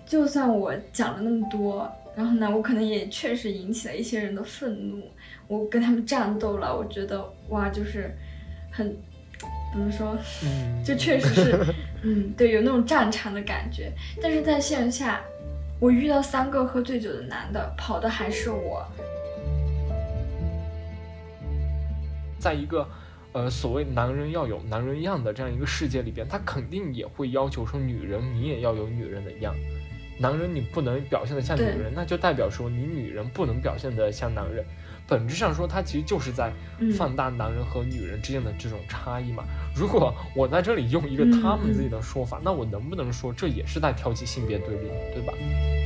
就算我讲了那么多，然后呢，我可能也确实引起了一些人的愤怒，我跟他们战斗了，我觉得哇，就是很怎么说，就确实是，对，有那种战场的感觉。但是在线下，我遇到3个喝醉酒的男的，跑的还是我。 在一个所谓男人要有男人样的这样一个世界里边，他肯定也会要求说女人你也要有女人的样，男人你不能表现得像女人，那就代表说你女人不能表现得像男人。本质上说，它其实就是在放大男人和女人之间的这种差异嘛。如果我在这里用一个他们自己的说法，那我能不能说这也是在挑起性别对立，对吧？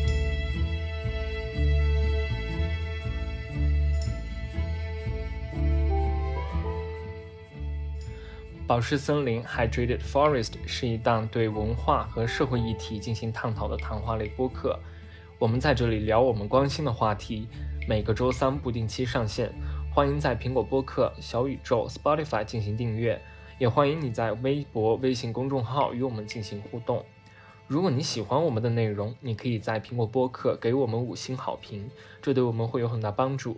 宝石森林 Hydrated Forest 是一档对文化和社会议题进行探讨的谈话类播客。我们在这里聊我们关心的话题，每个周3不定期上线。欢迎在苹果播客、小宇宙、Spotify 进行订阅，也欢迎你在微博、微信公众号与我们进行互动。如果你喜欢我们的内容，你可以在苹果播客给我们5星好评，这对我们会有很大帮助。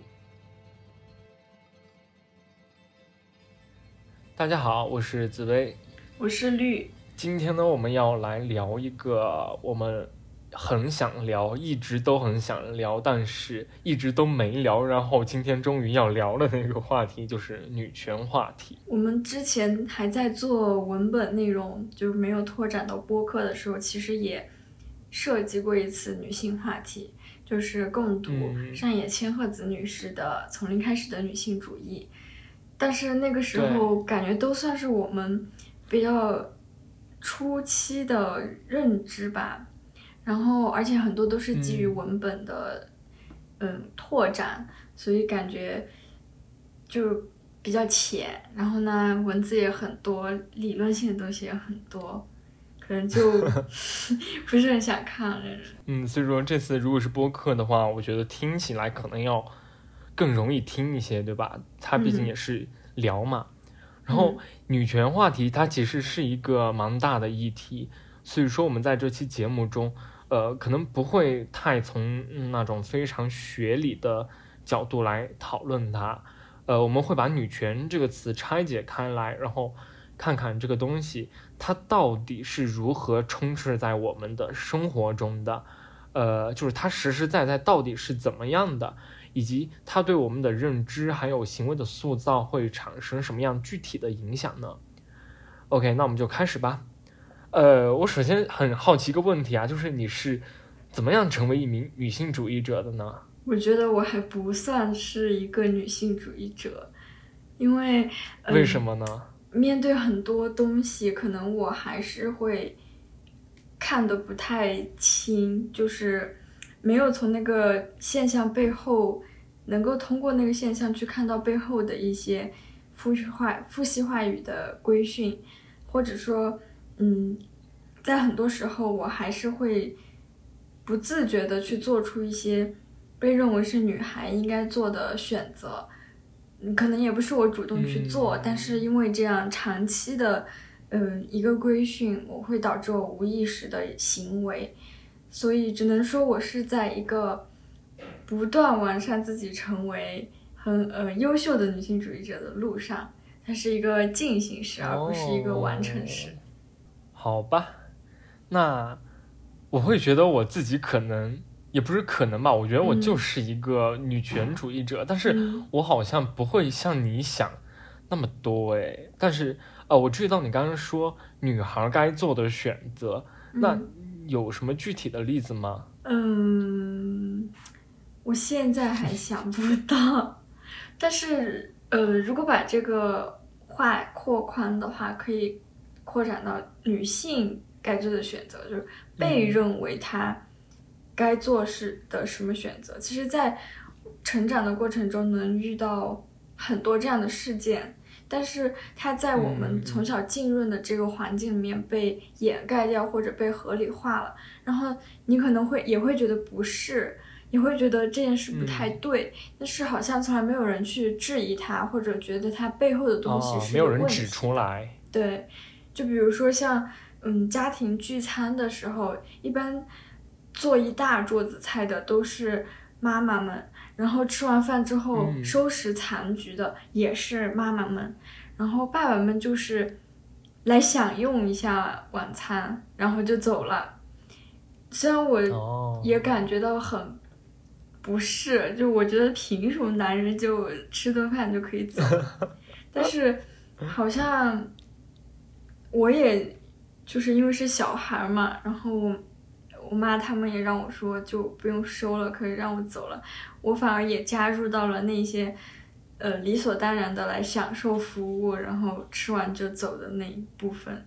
大家好，我是紫薇， 我是绿。 今天呢，我们要来聊一个我们很想聊，一直都很想聊，但是一直都没聊，然后今天终于要聊的那个话题，就是女权话题。 我们之前还在做文本内容，就是没有拓展到播客的时候，其实也涉及过一次女性话题，就是共读上野千鹤子女士的《从零开始的女性主义》。但是那个时候感觉都算是我们比较初期的认知吧，然后而且很多都是基于文本的拓展，所以感觉就比较浅，然后呢文字也很多，理论性的东西也很多，可能就不是很想看了。 所以说这次如果是播客的话，我觉得听起来可能要更容易听一些，对吧？它毕竟也是聊嘛。然后女权话题它其实是一个蛮大的议题，所以说我们在这期节目中可能不会太从那种非常学理的角度来讨论它。我们会把女权这个词拆解开来，然后看看这个东西它到底是如何充斥在我们的生活中的，就是它实实在在到底是怎么样的，以及它对我们的认知还有行为的塑造会产生什么样具体的影响呢？ OK， 那我们就开始吧。我首先很好奇一个问题啊，就是你是怎么样成为一名女性主义者的呢？ 我觉得我还不算是一个女性主义者，因为为什么呢？ 面对很多东西可能我还是会看得不太清，就是没有从那个现象背后能够通过那个现象去看到背后的一些父系话语的规训，或者说在很多时候我还是会不自觉的去做出一些被认为是女孩应该做的选择，可能也不是我主动去做，但是因为这样长期的一个规训，我会导致我无意识的行为，所以只能说我是在一个不断完善自己成为很优秀的女性主义者的路上，它是一个进行时而不是一个完成时。 好吧，那我会觉得我自己可能也不是可能吧，我觉得我就是一个女权主义者，但是我好像不会像你想那么多诶。但是我注意到你刚刚说女孩该做的选择，那有什么具体的例子吗？ 我现在还想不到，但是如果把这个话扩宽的话，可以扩展到女性该做的选择，就是被认为她该做的什么选择。其实在成长的过程中能遇到很多这样的事件，但是它在我们从小浸润的这个环境里面被掩盖掉或者被合理化了，然后你可能也会觉得不是，你会觉得这件事不太对，但是好像从来没有人去质疑它，或者觉得它背后的东西是有问题的， 没有人指出来。 对，就比如说像家庭聚餐的时候，一般做一大桌子菜的都是妈妈们，然后吃完饭之后收拾残局的也是妈妈们，然后爸爸们就是来享用一下晚餐，然后就走了。虽然我也感觉到很不适，就我觉得凭什么男人就吃顿饭就可以走？但是好像我也就是因为是小孩嘛，然后我妈他们也让我说就不用收了，可以让我走了。我反而也加入到了那些理所当然的来享受服务，然后吃完就走的那一部分。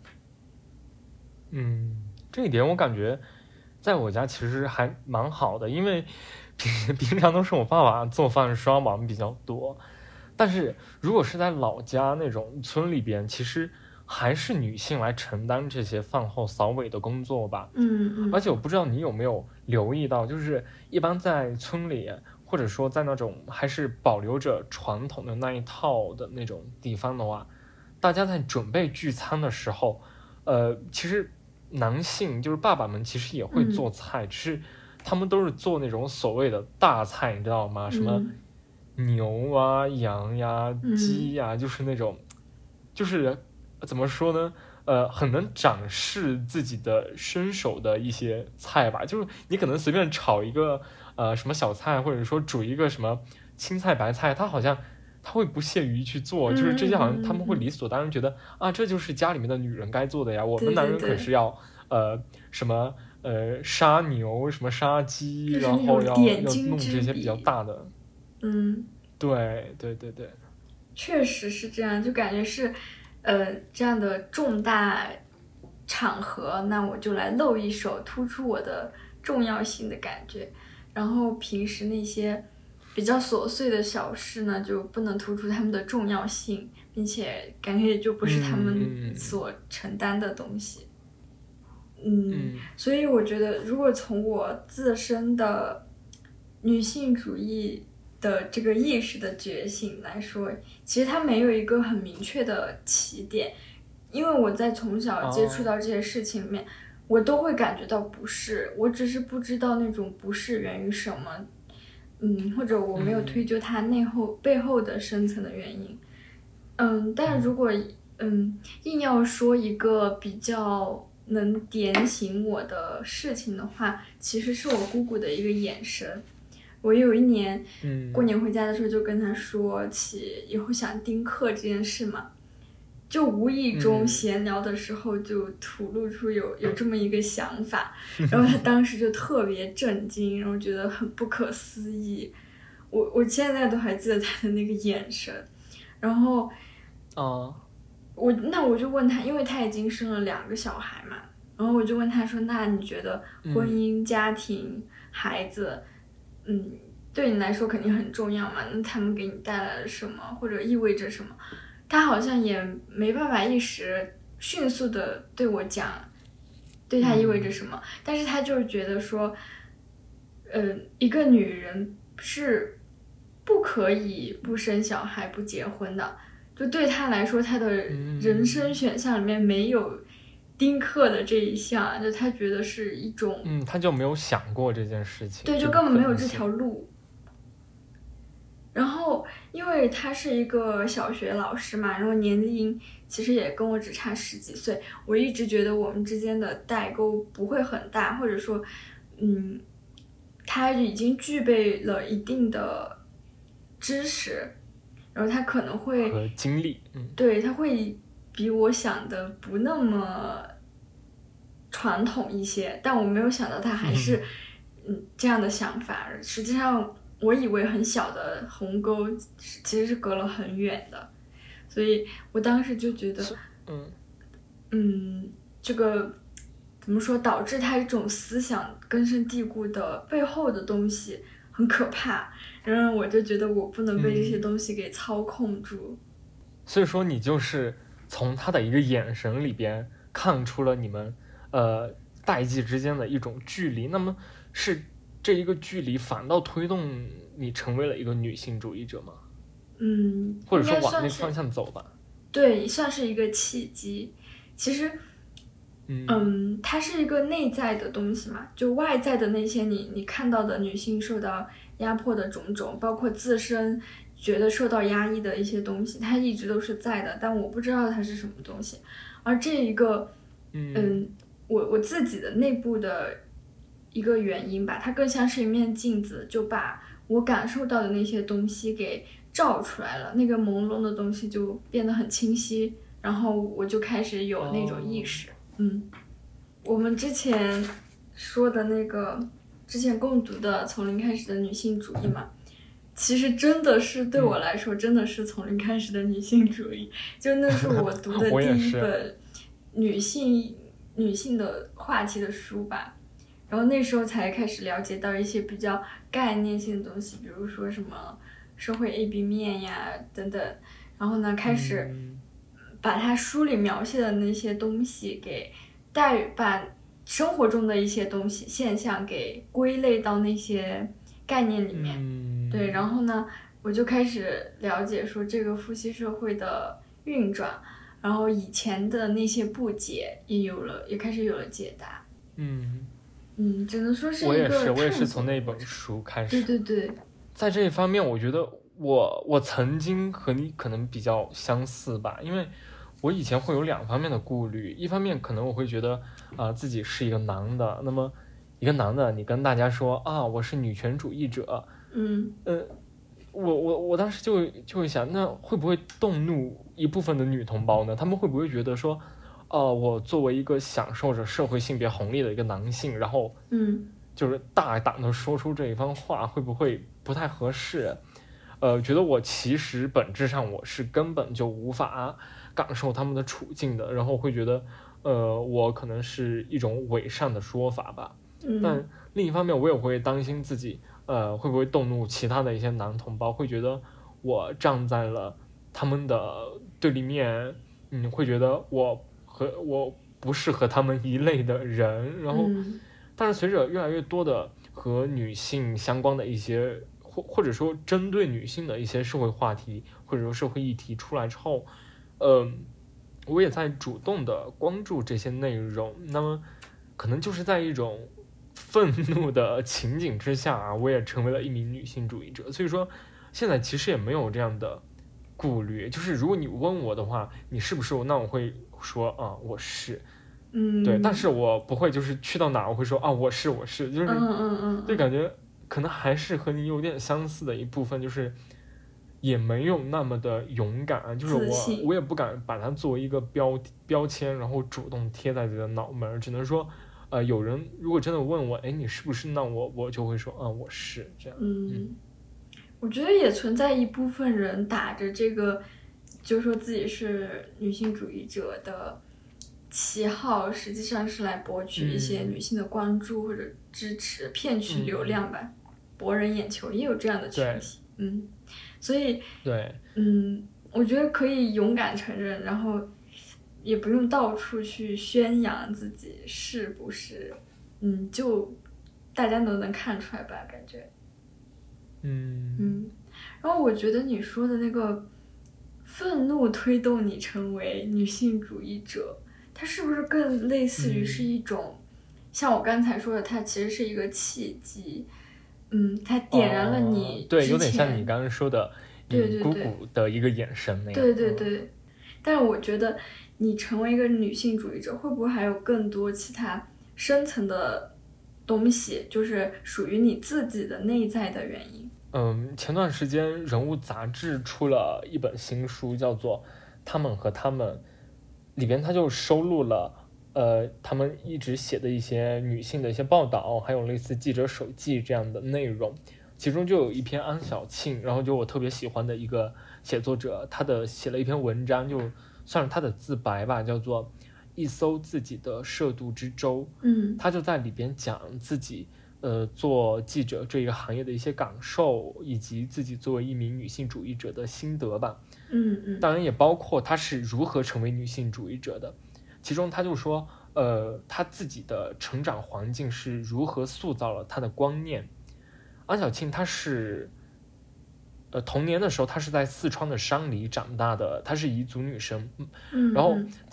这一点我感觉在我家其实还蛮好的，因为平常都是我爸爸做饭刷碗比较多，但是如果是在老家那种村里边，其实还是女性来承担这些饭后扫尾的工作吧。而且我不知道你有没有留意到，就是一般在村里，或者说在那种还是保留着传统的那一套的那种地方的话，大家在准备聚餐的时候，其实男性就是爸爸们其实也会做菜，只是他们都是做那种所谓的大菜，你知道吗？什么牛啊、羊呀、鸡呀，就是那种，就是怎么说呢？很能展示自己的身手的一些菜吧。就是你可能随便炒一个什么小菜，或者说煮一个什么青菜白菜，他会不屑于去做，就是这些好像他们会理所当然觉得啊，这就是家里面的女人该做的呀。我们男人可是要什么杀牛什么杀鸡，然后要弄这些比较大的。对， 确实是这样，就感觉是这样的重大场合，那我就来露一手，突出我的重要性的感觉。然后平时那些比较琐碎的小事呢，就不能突出他们的重要性，并且感觉也就不是他们所承担的东西。所以我觉得，如果从我自身的女性主义的这个意识的觉醒来说，其实它没有一个很明确的起点，因为我在从小接触到这些事情里面，我都会感觉到不适，我只是不知道那种不适源于什么，或者我没有推究它背后的深层的原因，但如果硬要说一个比较能点醒我的事情的话，其实是我姑姑的一个眼神。我有一年过年回家的时候就跟她说起以后想丁克这件事嘛，就无意中闲聊的时候就吐露出有这么一个想法，然后她当时就特别震惊，然后觉得很不可思议。我现在都还记得她的那个眼神，然后我就问她，因为她已经生了2个小孩嘛，然后我就问她说，那你觉得婚姻、家庭、孩子对你来说肯定很重要嘛，那他们给你带来了什么或者意味着什么？他好像也没办法一时迅速的对我讲对他意味着什么，但是他就是觉得说一个女人是不可以不生小孩不结婚的，就对他来说他的人生选项里面没有丁克的这一项，就他觉得是一种他就没有想过这件事情， 对，就根本没有这条路。然后因为他是一个小学老师嘛，然后年龄其实也跟我只差10几岁，我一直觉得我们之间的代沟不会很大，或者说他已经具备了一定的知识，然后他可能会和经历， 对，他会比我想的不那么传统一些，但我没有想到他还是这样的想法。实际上我以为很小的鸿沟其实是隔了很远的，所以我当时就觉得这个怎么说，导致他这种思想根深蒂固的背后的东西很可怕，然后我就觉得我不能被这些东西给操控住。 所以说你就是从他的一个眼神里边看出了你们代际之间的一种距离，那么是这一个距离反倒推动你成为了一个女性主义者吗？或者说往那个方向走吧。 对，算是一个契机。其实它是一个内在的东西嘛，就外在的那些你看到的女性受到压迫的种种，包括自身觉得受到压抑的一些东西，它一直都是在的，但我不知道它是什么东西。而这一个，我自己的内部的一个原因吧，它更像是一面镜子，就把我感受到的那些东西给照出来了，那个朦胧的东西就变得很清晰，然后我就开始有那种意识。我们之前说的那个之前共读的从零开始的女性主义嘛，其实真的是对我来说真的是从零开始的女性主义，就那是我读的第一本女性的话题的书吧。然后那时候才开始了解到一些比较概念性的东西，比如说什么社会 AB 面呀等等。然后呢，开始把他书里描写的那些东西给把生活中的一些东西现象给归类到那些概念里面。对，然后呢，我就开始了解说这个父系社会的运转，然后以前的那些不解也开始有了解答。只能说是一个我也是从那本书开始。 对， 在这一方面我觉得我曾经和你可能比较相似吧，因为我以前会有两方面的顾虑。一方面可能我会觉得自己是一个男的，那么一个男的你跟大家说我是女权主义者，我当时就会想，那会不会动怒一部分的女同胞呢？他们会不会觉得说我作为一个享受着社会性别红利的一个男性，然后就是大胆的说出这一番话，会不会不太合适？觉得我其实本质上我是根本就无法感受他们的处境的，然后会觉得我可能是一种伪善的说法吧。但另一方面我也会担心自己会不会动怒其他的一些男同胞，会觉得我站在了他们的对立面，会觉得我不是和他们一类的人。然后但是随着越来越多的和女性相关的一些或者说针对女性的一些社会话题或者说社会议题出来之后，我也在主动的关注这些内容。那么可能就是在一种愤怒的情景之下我也成为了一名女性主义者。所以说现在其实也没有这样的顾虑，就是如果你问我的话，你是不是，那我会说我是，对，但是我不会就是去到哪我会说我是，就是就感觉可能还是和你有点相似的一部分，就是也没有那么的勇敢，就是我也不敢把它作为一个标签，然后主动贴在自己的脑门，只能说有人如果真的问我你是不是，那我就会说我是这样。 我觉得也存在一部分人打着这个就说自己是女性主义者的旗号，实际上是来博取一些女性的关注或者支持，骗取流量吧，博人眼球，也有这样的群体。所以对， 我觉得可以勇敢承认，然后也不用到处去宣扬自己是不是，就大家都能看出来吧，感觉。然后我觉得你说的那个愤怒推动你成为女性主义者，它是不是更类似于是一种，像我刚才说的，它其实是一个契机，它点燃了你对，有点像你刚刚说的你姑姑的一个眼神那样。 对。但是我觉得你成为一个女性主义者，会不会还有更多其他深层的东西，就是属于你自己的内在的原因？ 前段时间人物杂志出了一本新书，叫做《他们和他们》，里边他就收录了他们一直写的一些女性的一些报道，还有类似记者手记这样的内容。其中就有一篇安小庆，然后就我特别喜欢的一个写作者，他写了一篇文章，就算是他的自白吧，叫做一艘自己的涉渡之舟。他就在里边讲自己做记者这一个行业的一些感受，以及自己作为一名女性主义者的心得吧。当然也包括他是如何成为女性主义者的。其中他就说他自己的成长环境是如何塑造了他的观念。安小庆他是童年的时候他是在四川的山里长大的，她是彝族女生。然后在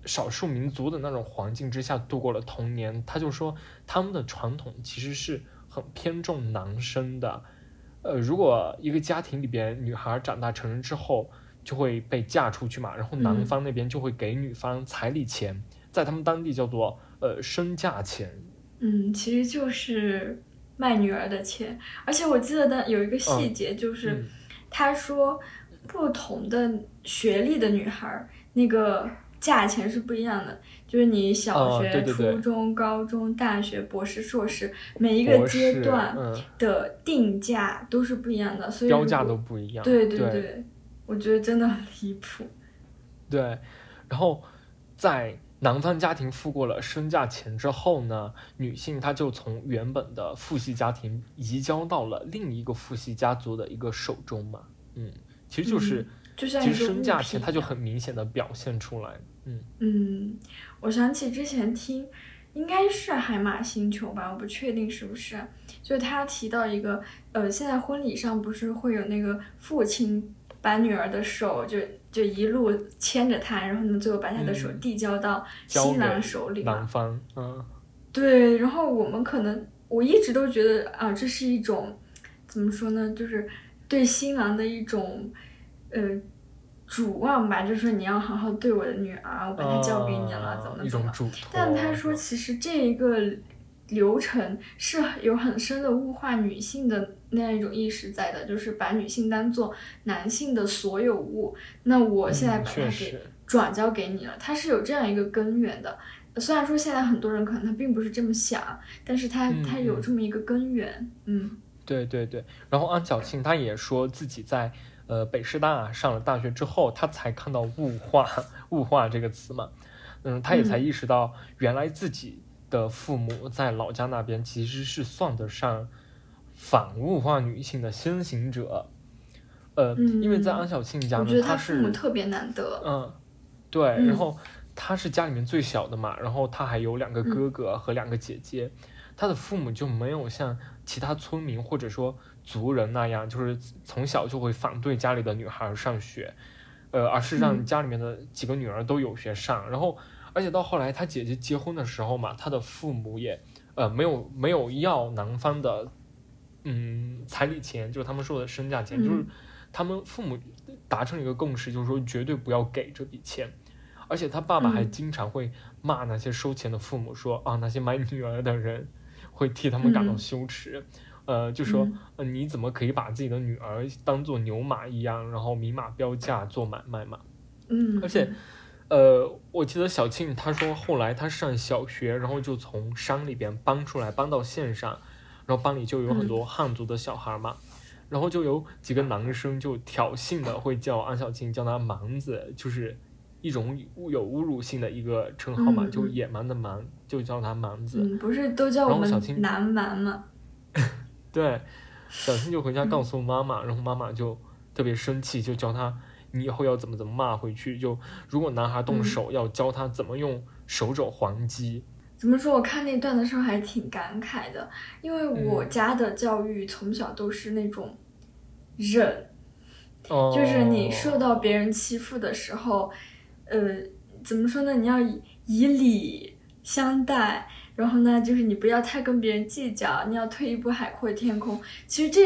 少数民族的那种环境之下度过了童年，他就说他们的传统其实是很偏重男生的。如果一个家庭里边女孩长大成人之后就会被嫁出去嘛，然后男方那边就会给女方彩礼钱，在他们当地叫做生嫁钱。 其实就是卖女儿的钱。而且我记得有一个细节，就是他说不同的学历的女孩那个价钱是不一样的，就是你小学、 对对对， 初中、高中、大学、博士、硕士，每一个阶段的定价都是不一样的，所以标价都不一样。 对对对，我觉得真的很离谱。 对，然后在男方家庭付过了生嫁钱之后呢，女性她就从原本的父系家庭移交到了另一个父系家族的一个手中嘛。其实就是就像其实生嫁钱它就很明显的表现出来。 我想起之前听应该是海马星球吧，我不确定是不是，就他提到一个现在婚礼上不是会有那个父亲把女儿的手就一路牵着她，然后呢最后把她的手递交到新郎手里嘛， 男方。 对，然后我一直都觉得啊，这是一种怎么说呢，就是对新郎的一种主望吧，就是说你要好好对我的女儿，我把她交给你了，怎么。 一种嘱托。 但他说其实这一个流程是有很深的物化女性的那样一种意识在的，就是把女性当做男性的所有物，那我现在把它给转交给你了，它是有这样一个根源的。虽然说现在很多人可能他并不是这么想，但是他有这么一个根源。 对对对。然后安小庆他也说自己在北师大上了大学之后，他才看到物化这个词嘛。他也才意识到原来自己的父母在老家那边其实是算得上反物化女性的先行者。因为在安小庆家呢， 我觉得他父母特别难得。 对，然后他是家里面最小的嘛，然后他还有2个哥哥和2个姐姐，他的父母就没有像其他村民或者说族人那样，就是从小就会反对家里的女孩上学，而是让家里面的几个女儿都有学上。然后而且到后来他姐姐结婚的时候嘛，他的父母也没有要男方的彩礼钱，就是他们说的生嫁钱，就是他们父母达成一个共识，就是说绝对不要给这笔钱。而且他爸爸还经常会骂那些收钱的父母说，那些买女儿的人会替他们感到羞耻。就说你怎么可以把自己的女儿当做牛马一样，然后明码标价做买卖嘛。而且我记得小庆他说后来他上小学，然后就从山里边搬出来，搬到县上，然后班里就有很多汉族的小孩嘛，然后就有几个男生就挑衅的会叫安小庆叫他蛮子，就是一种有侮辱性的一个称号嘛，就野蛮的蛮，就叫他蛮子。 不是都叫我们南蛮吗？ 对，小庆就回家告诉妈妈，然后妈妈就特别生气，就教他你以后要怎么骂回去，就如果男孩动手，要教他怎么用手肘还击。 怎么说，我看那段的时候还挺感慨的，因为我家的教育从小都是那种忍，就是你受到别人欺负的时候，怎么说呢，你要以礼相待，然后呢就是你不要太跟别人计较，你要退一步海阔天空。其实这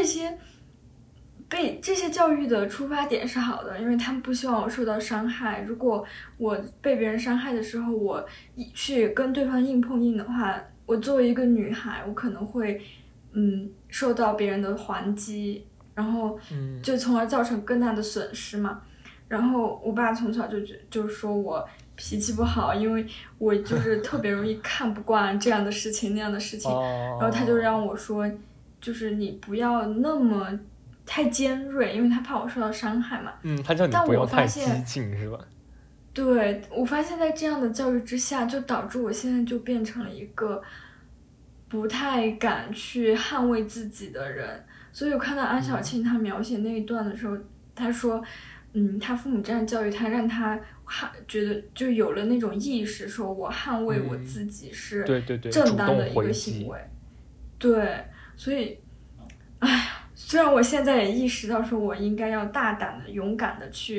些教育的出发点是好的，因为他们不希望我受到伤害。如果我被别人伤害的时候，我去跟对方硬碰硬的话，我作为一个女孩，我可能会受到别人的还击，然后就从而造成更大的损失嘛。然后我爸从小就说我脾气不好，因为我就是特别容易看不惯这样的事情那样的事情，然后他就让我说，就是你不要那么太尖锐，因为他怕我受到伤害嘛。 他叫你不要太激进是吧？ 对，我发现在这样的教育之下，就导致我现在就变成了一个不太敢去捍卫自己的人。所以我看到安小庆他描写那一段的时候，他说他父母这样教育他，让他觉得就有了那种意识，说我捍卫我自己是正当的一个行为。对，所以哎呀，虽然我现在也意识到说我应该要大胆的勇敢的去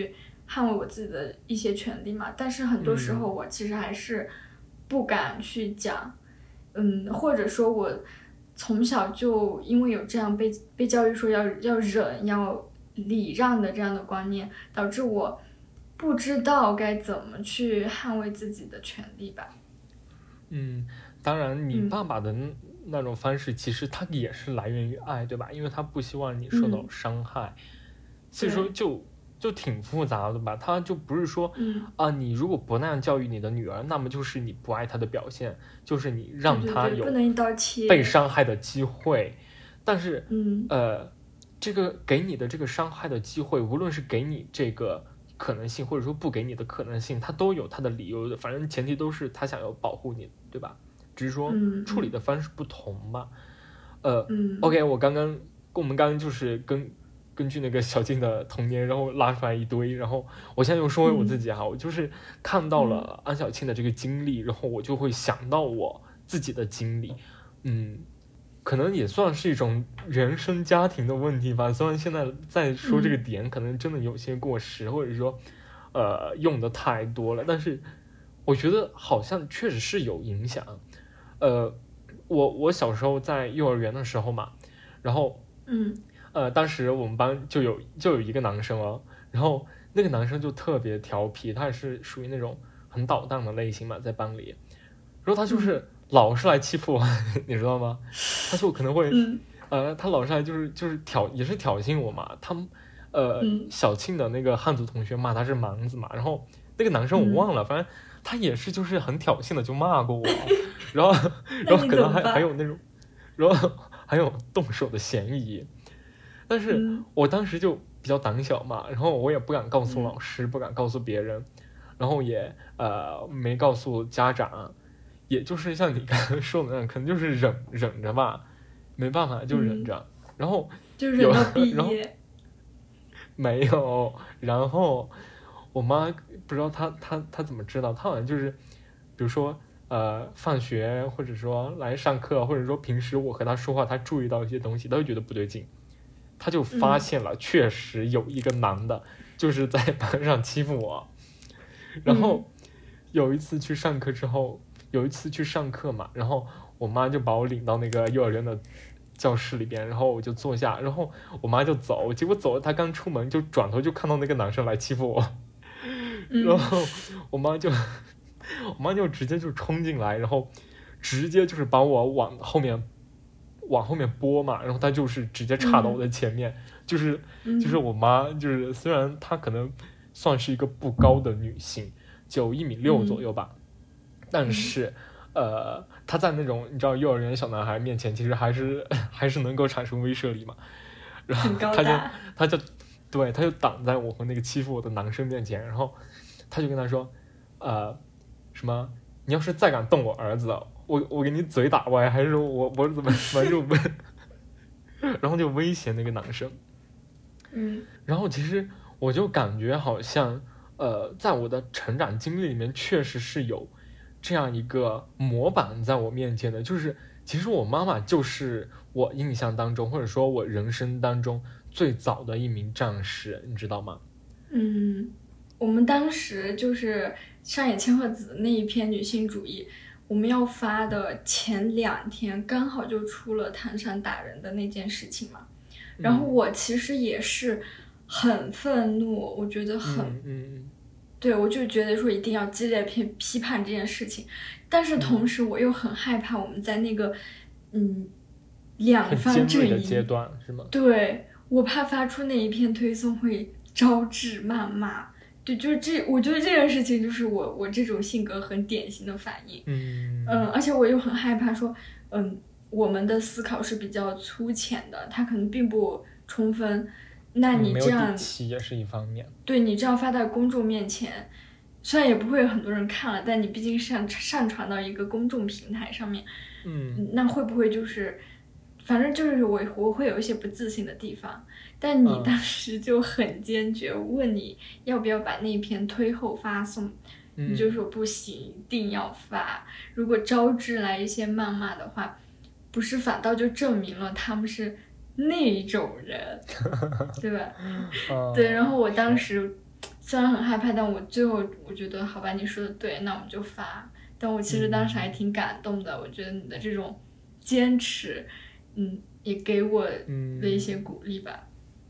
捍卫我自己的一些权利嘛。但是很多时候我其实还是不敢去讲，或者说我从小就因为有这样被教育说要忍要礼让的这样的观念，导致我不知道该怎么去捍卫自己的权利吧。 当然你爸爸的那种方式其实他也是来源于爱，对吧？因为他不希望你受到伤害，所以说就挺复杂的吧。他就不是说你如果不那样教育你的女儿，那么就是你不爱她的表现，就是你让她有被伤害的机会。但是这个给你的这个伤害的机会，无论是给你这个可能性或者说不给你的可能性，他都有他的理由的，反正前提都是他想要保护你，对吧？只是说处理的方式不同吧。OK， 我们刚刚就是根据那个小静的童年，然后拉出来一堆，然后我现在又说回我自己哈，我就是看到了安小庆的这个经历，然后我就会想到我自己的经历，可能也算是一种原生家庭的问题吧。虽然现在在说这个点可能真的有些过时，或者说用的太多了，但是我觉得好像确实是有影响。我小时候在幼儿园的时候嘛，然后当时我们班就有一个男生哦，然后那个男生就特别调皮，他也是属于那种很捣蛋的类型嘛，在班里，然后他就是老是来欺负我，你知道吗？他就可能会他老是来就是也是挑衅我嘛。他小庆的那个汉族同学骂他是蛮子嘛，然后那个男生我忘了，反正他也是就是很挑衅的就骂过我，然后可能还有那种，然后还有动手的嫌疑。但是我当时就比较胆小嘛，然后我也不敢告诉老师，不敢告诉别人，然后也没告诉家长，也就是像你刚才说的那样，可能就是忍着吧，没办法就忍着，然后就忍到毕业。 没有，然后我妈不知道她怎么知道，她好像就是比如说放学或者说来上课，或者说平时我和她说话，她注意到一些东西，她就觉得不对劲，她就发现了确实有一个男的就是在班上欺负我。然后有一次去上课嘛，然后我妈就把我领到那个幼儿园的教室里边，然后我就坐下，然后我妈就走，结果走了，她刚出门就转头就看到那个男生来欺负我，然后我妈就直接就冲进来，然后直接就是把我往后面拨嘛，然后她就是直接插到我的前面，就是我妈就是虽然她可能算是一个不高的女性，就1.6米左右吧，但是他在那种你知道幼儿园小男孩面前，其实还是能够产生威慑力嘛。然后他就挡在我和那个欺负我的男生面前，然后他就跟他说，什么你要是再敢动我儿子，我给你嘴打歪，还是我怎么就然后就威胁那个男生。然后其实我就感觉好像在我的成长经历里面，确实是有这样一个模板在我面前的，就是其实我妈妈就是我印象当中或者说我人生当中最早的一名战士，你知道吗？ 我们当时就是上野千鹤子那一篇女性主义，我们要发的前2天刚好就出了唐山打人的那件事情嘛，然后我其实也是很愤怒，我觉得对，我就觉得说一定要激烈批判这件事情，但是同时我又很害怕我们在那个两方阵营的阶段是吗？ 对，我怕发出那一篇推送会招致谩骂。对，就是我觉得这件事情就是我这种性格很典型的反应。而且我又很害怕说我们的思考是比较粗浅的，它可能并不充分，那你这样没有底气也是一方面。 对，你这样发在公众面前，虽然也不会有很多人看了，但你毕竟上传到一个公众平台上面，那会不会就是反正就是我会有一些不自信的地方，但你当时就很坚决，问你要不要把那篇推后发送，你就说不行，一定要发。如果招致来一些谩骂的话，不是反倒就证明了他们是那种人，对吧？对，然后我当时虽然很害怕，但我最后我觉得好吧，你说的对，那我们就发。但我其实当时还挺感动的，我觉得你的这种坚持，也给我的一些鼓励吧。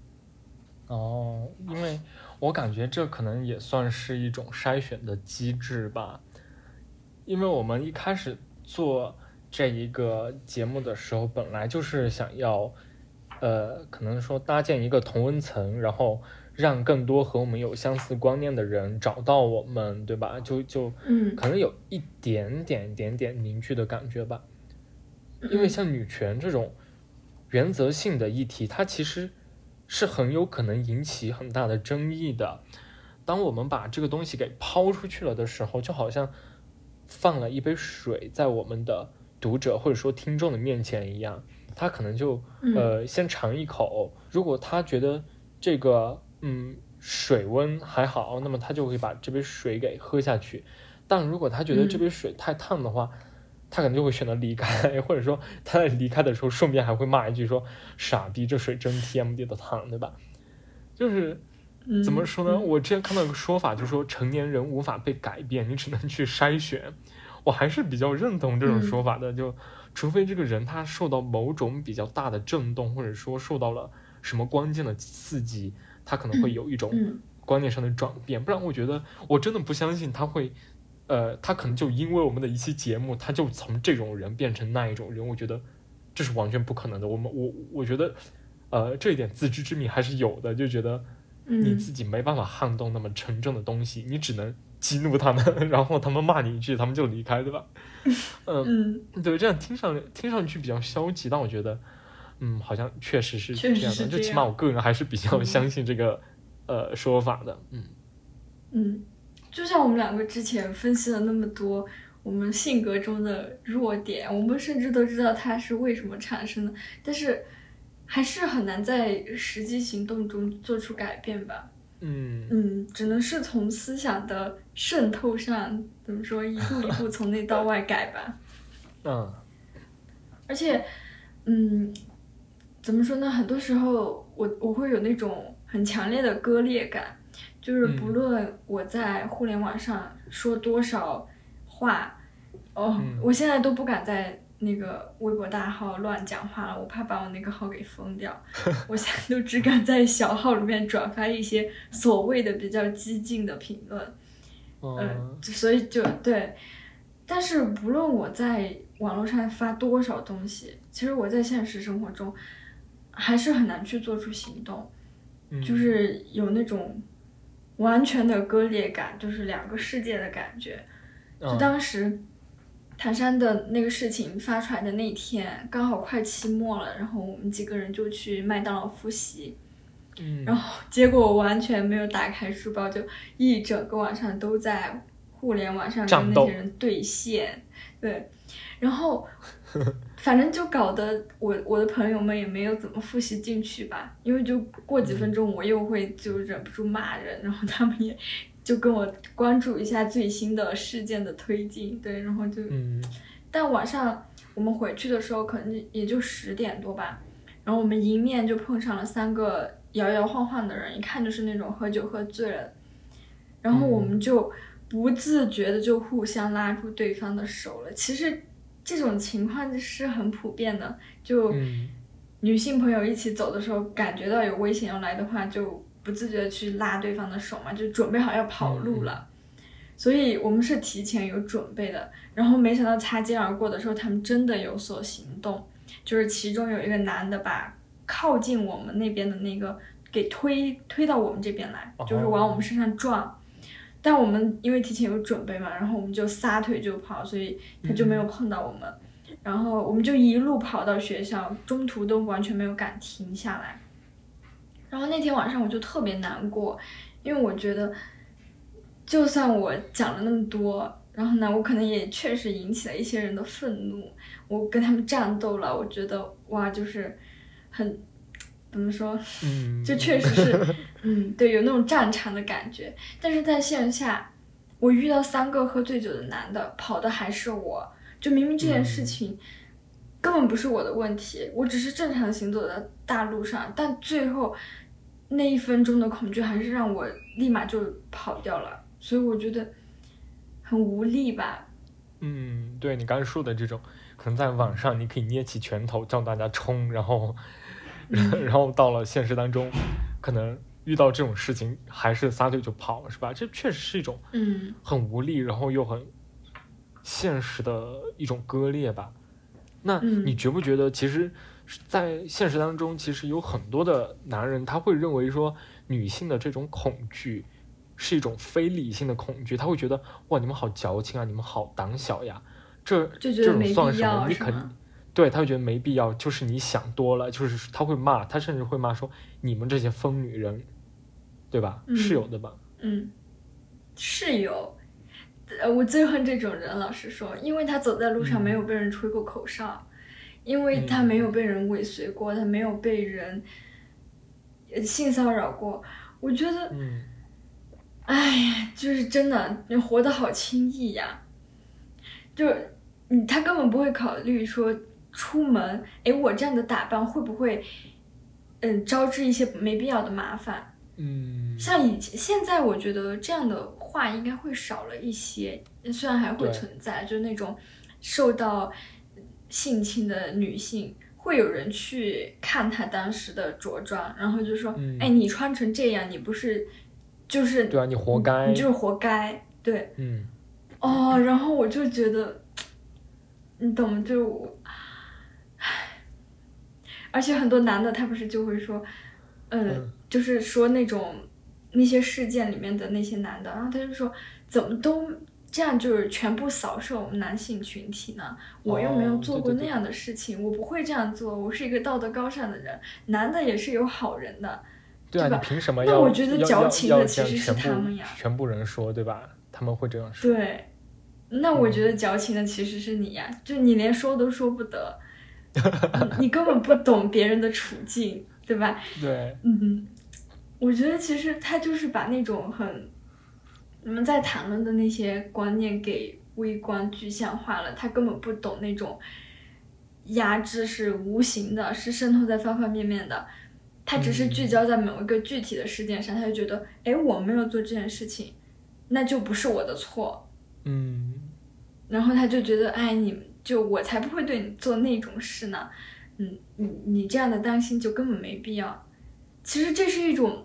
因为我感觉这可能也算是一种筛选的机制吧。因为我们一开始做这一个节目的时候，本来就是想要，可能说搭建一个同温层，然后让更多和我们有相似观念的人找到我们，对吧？就可能有一点点凝聚的感觉吧。因为像女权这种原则性的议题，它其实是很有可能引起很大的争议的。当我们把这个东西给抛出去了的时候，就好像放了一杯水在我们的读者或者说听众的面前一样，他可能就先尝一口，如果他觉得这个水温还好，那么他就会把这杯水给喝下去。但如果他觉得这杯水太烫的话，他可能就会选择离开，或者说他在离开的时候顺便还会骂一句说傻逼，这水真 TMD 的烫，对吧？就是怎么说呢，我之前看到一个说法，就是说成年人无法被改变，你只能去筛选。我还是比较认同这种说法的，就除非这个人他受到某种比较大的震动，或者说受到了什么关键的刺激，他可能会有一种观念上的转变，不然我觉得我真的不相信他会他可能就因为我们的一期节目，他就从这种人变成那一种人，我觉得这是完全不可能的。我觉得这一点自知之明还是有的，就觉得你自己没办法撼动那么沉重的东西，你只能激怒他们，然后他们骂你一句，他们就离开，对吧？对，这样听上去比较消极，但我觉得好像确实是这样的，就起码我个人还是比较相信这个说法的。 就像我们两个之前分析了那么多我们性格中的弱点，我们甚至都知道它是为什么产生的，但是还是很难在实际行动中做出改变吧。只能是从思想的渗透上，怎么说，一步一步从内到外改吧。而且怎么说呢，很多时候我会有那种很强烈的割裂感，就是不论我在互联网上说多少话，我现在都不敢在那个微博大号乱讲话了，我怕把我那个号给封掉。我现在都只敢在小号里面转发一些所谓的比较激进的评论，所以就对。但是不论我在网络上发多少东西，其实我在现实生活中还是很难去做出行动，就是有那种完全的割裂感，就是两个世界的感觉。就当时唐山的那个事情发出来的那天，刚好快期末了，然后我们几个人就去麦当劳复习，然后结果我完全没有打开书包，就一整个晚上都在互联网上跟那些人对线，对，然后反正就搞得我的朋友们也没有怎么复习进去吧，因为就过几分钟我又会就忍不住骂人，然后他们也就跟我关注一下最新的事件的推进，对，然后就但晚上我们回去的时候可能也就10点多吧，然后我们迎面就碰上了3个摇摇晃晃的人，一看就是那种喝酒喝醉了，然后我们就不自觉的就互相拉住对方的手了。其实这种情况是很普遍的，就女性朋友一起走的时候感觉到有危险要来的话，就不自觉的去拉对方的手嘛，就准备好要跑路了。所以我们是提前有准备的，然后没想到擦肩而过的时候他们真的有所行动，就是其中有一个男的把靠近我们那边的那个给推到我们这边来，就是往我们身上撞，但我们因为提前有准备嘛，然后我们就撒腿就跑，所以他就没有碰到我们，然后我们就一路跑到学校，中途都完全没有敢停下来。然后那天晚上我就特别难过，因为我觉得就算我讲了那么多，然后呢我可能也确实引起了一些人的愤怒，我跟他们战斗了，我觉得哇就是很怎么说，就确实是对，有那种战场的感觉。但是在线下我遇到3个喝醉酒的男的，跑的还是我，就明明这件事情根本不是我的问题，我只是正常行走在大路上，但最后那1分钟的恐惧还是让我立马就跑掉了，所以我觉得很无力吧。 对，你刚才说的这种，可能在网上你可以捏起拳头叫大家冲，然后到了现实当中，可能遇到这种事情还是撒腿就跑了，是吧？这确实是一种很无力，然后又很现实的一种割裂吧。那你觉不觉得其实在现实当中，其实有很多的男人他会认为说女性的这种恐惧是一种非理性的恐惧，他会觉得哇，你们好矫情啊，你们好胆小呀，这种算什么？你肯定对，他会觉得没必要，就是你想多了，就是他会骂，他甚至会骂说你们这些疯女人，对吧？是有的吧？ 是有。我最恨这种人，老实说，因为他走在路上没有被人吹过口哨，因为他没有被人尾随过，他没有被人性骚扰过。我觉得，哎呀，就是真的，你活得好轻易呀！就他根本不会考虑说出门，我这样的打扮会不会，招致一些没必要的麻烦。像现在我觉得这样的话应该会少了一些，虽然还会存在，就那种受到性侵的女性，会有人去看她当时的着装，然后就说，你穿成这样，你不是就是对啊，你活该， 你就是活该，对，然后我就觉得，你懂就，而且很多男的他不是就会说，就是说那些事件里面的那些男的，然后他就说怎么都这样，就是全部扫射我们男性群体呢？我又没有做过那样的事情，我不会这样做，我是一个道德高尚的人，男的也是有好人的， 对吧？ 你凭什么要？ 那我觉得矫情的其实是他们呀， 全部人说对吧？他们会这样说。 对，那我觉得矫情的其实是你呀，就你连说都说不得，你根本不懂别人的处境，对吧？ 对， 我觉得其实他就是把那种我们在谈论的那些观念给微观具象化了，他根本不懂那种压制是无形的，是渗透在方方面面的，他只是聚焦在某一个具体的事件上，他就觉得，我没有做这件事情，那就不是我的错，然后他就觉得，我才不会对你做那种事呢，你这样的担心就根本没必要。其实这是一种，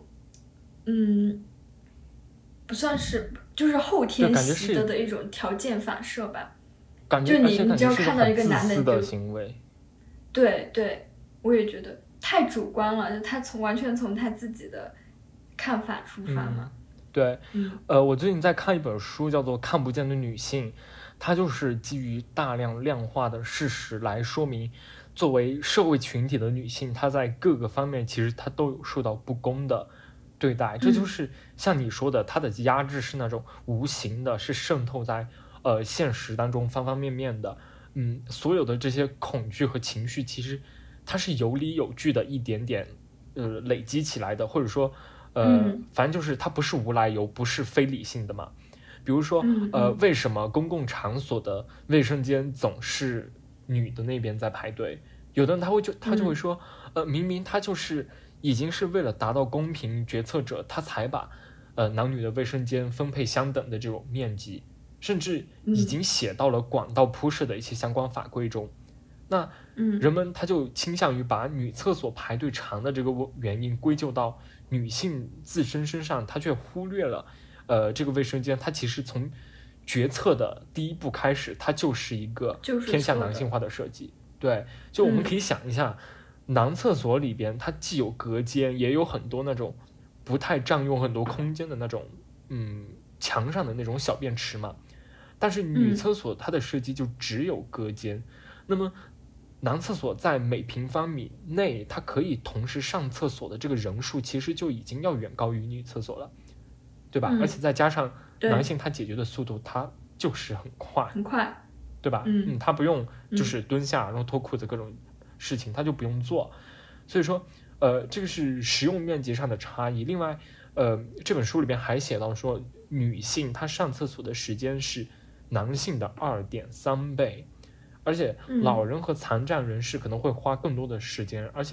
不算是，就是后天习得的一种条件反射吧。就你只要看到一个男的， 的行为。 对，我也觉得太主观了，就他完全从他自己的看法出发嘛。 对，我最近在看一本书，叫做《看不见的女性》，它就是基于大量量化的事实来说明，作为社会群体的女性，她在各个方面其实她都有受到不公的对待。这就是像你说的，她的压制是那种无形的，是渗透在现实当中方方面面的。所有的这些恐惧和情绪，其实它是有理有据的，一点点累积起来的，或者说反正就是它不是无来由，不是非理性的嘛。比如说为什么公共场所的卫生间总是女的那边在排队？有的人他就会说，明明他就是已经是为了达到公平，决策者他才把男女的卫生间分配相等的这种面积，甚至已经写到了管道铺设的一些相关法规中。那人们他就倾向于把女厕所排队长的这个原因归咎到女性自身身上，他却忽略了这个卫生间它其实从决策的第一步开始，它就是一个偏向男性化的设计。对，就我们可以想一下，男厕所里边它既有隔间，也有很多那种不太占用很多空间的那种墙上的那种小便池嘛。但是女厕所它的设计就只有隔间，那么男厕所在每平方米内它可以同时上厕所的这个人数其实就已经要远高于女厕所了，对吧？而且再加上男性他解决的速度他就是很快，对吧？他不用就是蹲下然后脱裤子各种事情他就不用做，所以说这个是实用面积上的差异。另外这本书里边还写到说，女性她上厕所的时间是男性的2.3倍，而且老人和残障人士可能会花更多的时间，而且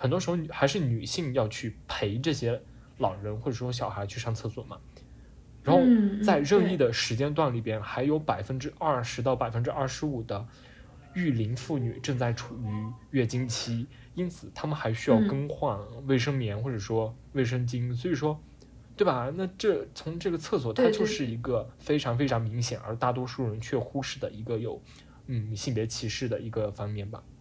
很多时候还是女性要去陪这些老人或者说小孩去上厕所嘛。然后在任意的时间段里边，还有20%到25%的育龄妇女正在处于月经期，因此他们还需要更换卫生棉或者说卫生巾，所以说，对吧？那从这个厕所，它就是一个非常非常明显，而大多数人却忽视的一个有性别歧视的一个方面吧。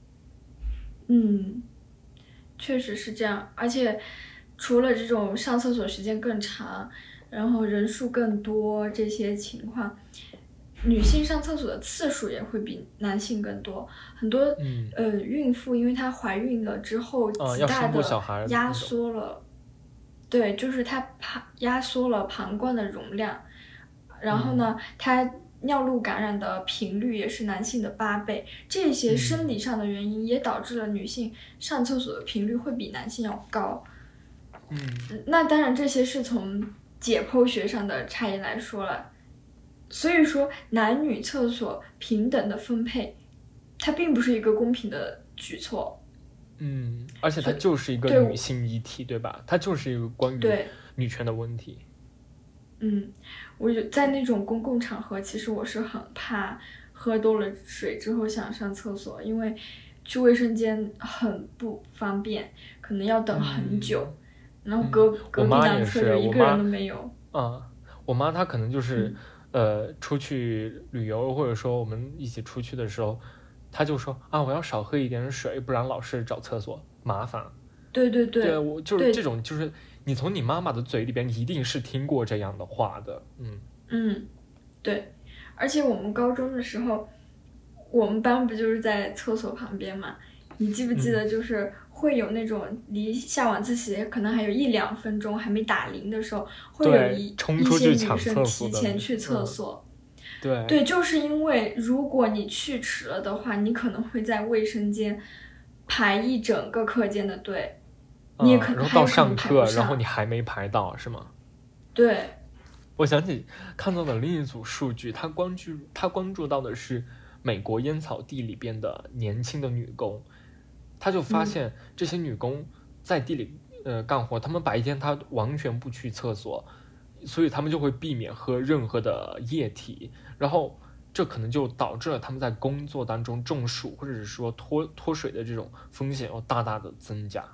确实是这样，而且除了这种上厕所时间更长，然后人数更多这些情况，女性上厕所的次数也会比男性更多。很多孕妇因为她怀孕了之后，极大的压缩了，对，就是她压缩了膀胱的容量，然后呢，她尿路感染的频率也是男性的8倍，这些生理上的原因也导致了女性上厕所的频率会比男性要高。那当然这些是从解剖学上的差异来说了，所以说男女厕所平等的分配，它并不是一个公平的举措。 而且它就是一个女性议题，对吧？它就是一个关于女权的问题。 我在那种公共场合，其实我是很怕喝多了水之后想上厕所，因为去卫生间很不方便，可能要等很久，然后隔壁两侧就一个人都没有。 我妈她可能就是出去旅游，或者说我们一起出去的时候，她就说我要少喝一点水，不然老是找厕所麻烦。 对， 我就是这种，就是你从你妈妈的嘴里边一定是听过这样的话的。 对，而且我们高中的时候，我们班不就是在厕所旁边嘛？你记不记得就是会有那种离下晚自习可能还有1-2分钟还没打铃的时候，会有一些女生提前去厕所。对，就是因为如果你去迟了的话，你可能会在卫生间排一整个课间的队，你也可能然后到上课，然后你还没排到，是吗？ 对。 我想起看到的另一组数据，他关注到的是美国烟草地里边的年轻的女工，他就发现这些女工在地里干活，她们白天她完全不去厕所，所以她们就会避免喝任何的液体，然后这可能就导致了她们在工作当中中暑或者是说脱水的这种风险要大大的增加。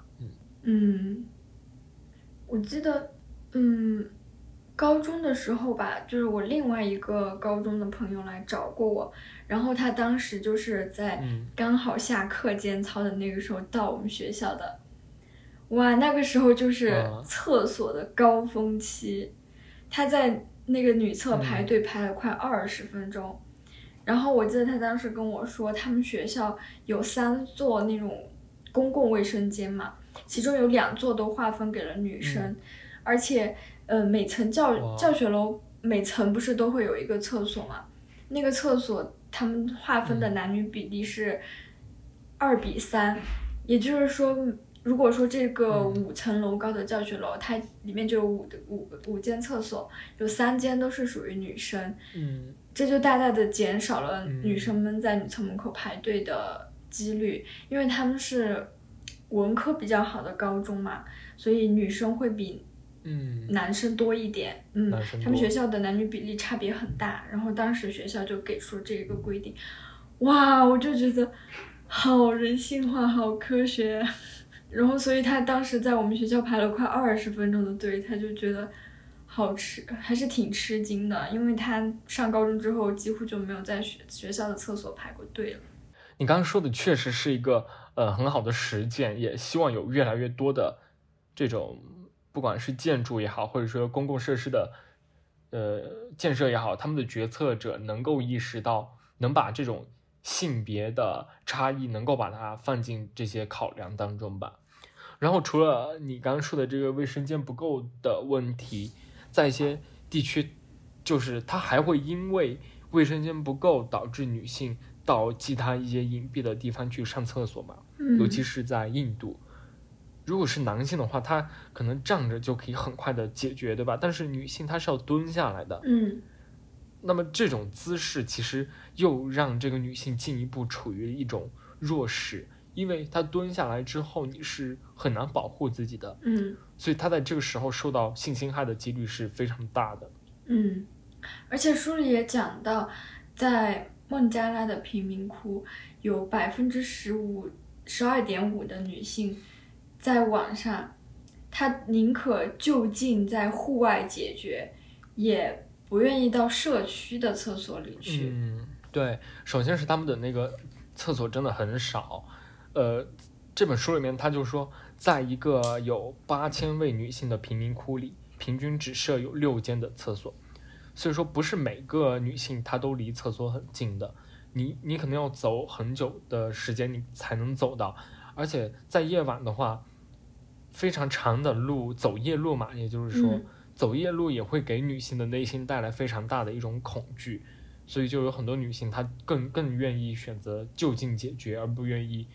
我记得高中的时候吧，就是我另外一个高中的朋友来找过我，然后他当时就是在刚好下课间操的那个时候到我们学校的。哇，那个时候就是厕所的高峰期，他在那个女厕排队排了快20分钟。然后我记得他当时跟我说，他们学校有3座那种公共卫生间嘛，其中有2座都划分给了女生，而且每层教学楼每层不是都会有一个厕所嘛？那个厕所他们划分的男女比例是2:3，也就是说，如果说这个5层楼高的教学楼，它里面就有五间厕所，有3间都是属于女生，这就大大的减少了女生们在女厕门口排队的几率，因为他们是文科比较好的高中嘛，所以女生会比男生多一点。他们学校的男女比例差别很大，然后当时学校就给出这个规定。哇，我就觉得好人性化，好科学。然后所以他当时在我们学校排了快20分钟的队，他就觉得还是挺吃惊的，因为他上高中之后几乎就没有在学校的厕所排过队了。 你刚刚说的确实是一个很好的实践，也希望有越来越多的这种不管是建筑也好，或者说公共设施的建设也好，他们的决策者能够意识到，能把这种性别的差异能够把它放进这些考量当中吧。然后除了你刚刚说的这个卫生间不够的问题，在一些地区就是它还会因为卫生间不够导致女性到其他一些隐蔽的地方去上厕所嘛，尤其是在印度。如果是男性的话，他可能站着就可以很快的解决，对吧？但是女性她是要蹲下来的。那么这种姿势其实又让这个女性进一步处于一种弱势， 因为他蹲下来之后你是很难保护自己的，所以他在这个时候受到性侵害的几率是非常大的。 而且书里也讲到，在孟加拉的贫民窟有12.5%的女性在网上，她宁可就近在户外解决，也不愿意到社区的厕所里去。 对，首先是他们的那个厕所真的很少，这本书里面他就说，在一个有8000位女性的贫民窟里，平均只设有6间的厕所，所以说不是每个女性她都离厕所很近的，你可能要走很久的时间你才能走到，而且在夜晚的话，非常长的路，走夜路嘛，也就是说，走夜路也会给女性的内心带来非常大的一种恐惧，所以就有很多女性她更愿意选择就近解决，而不愿意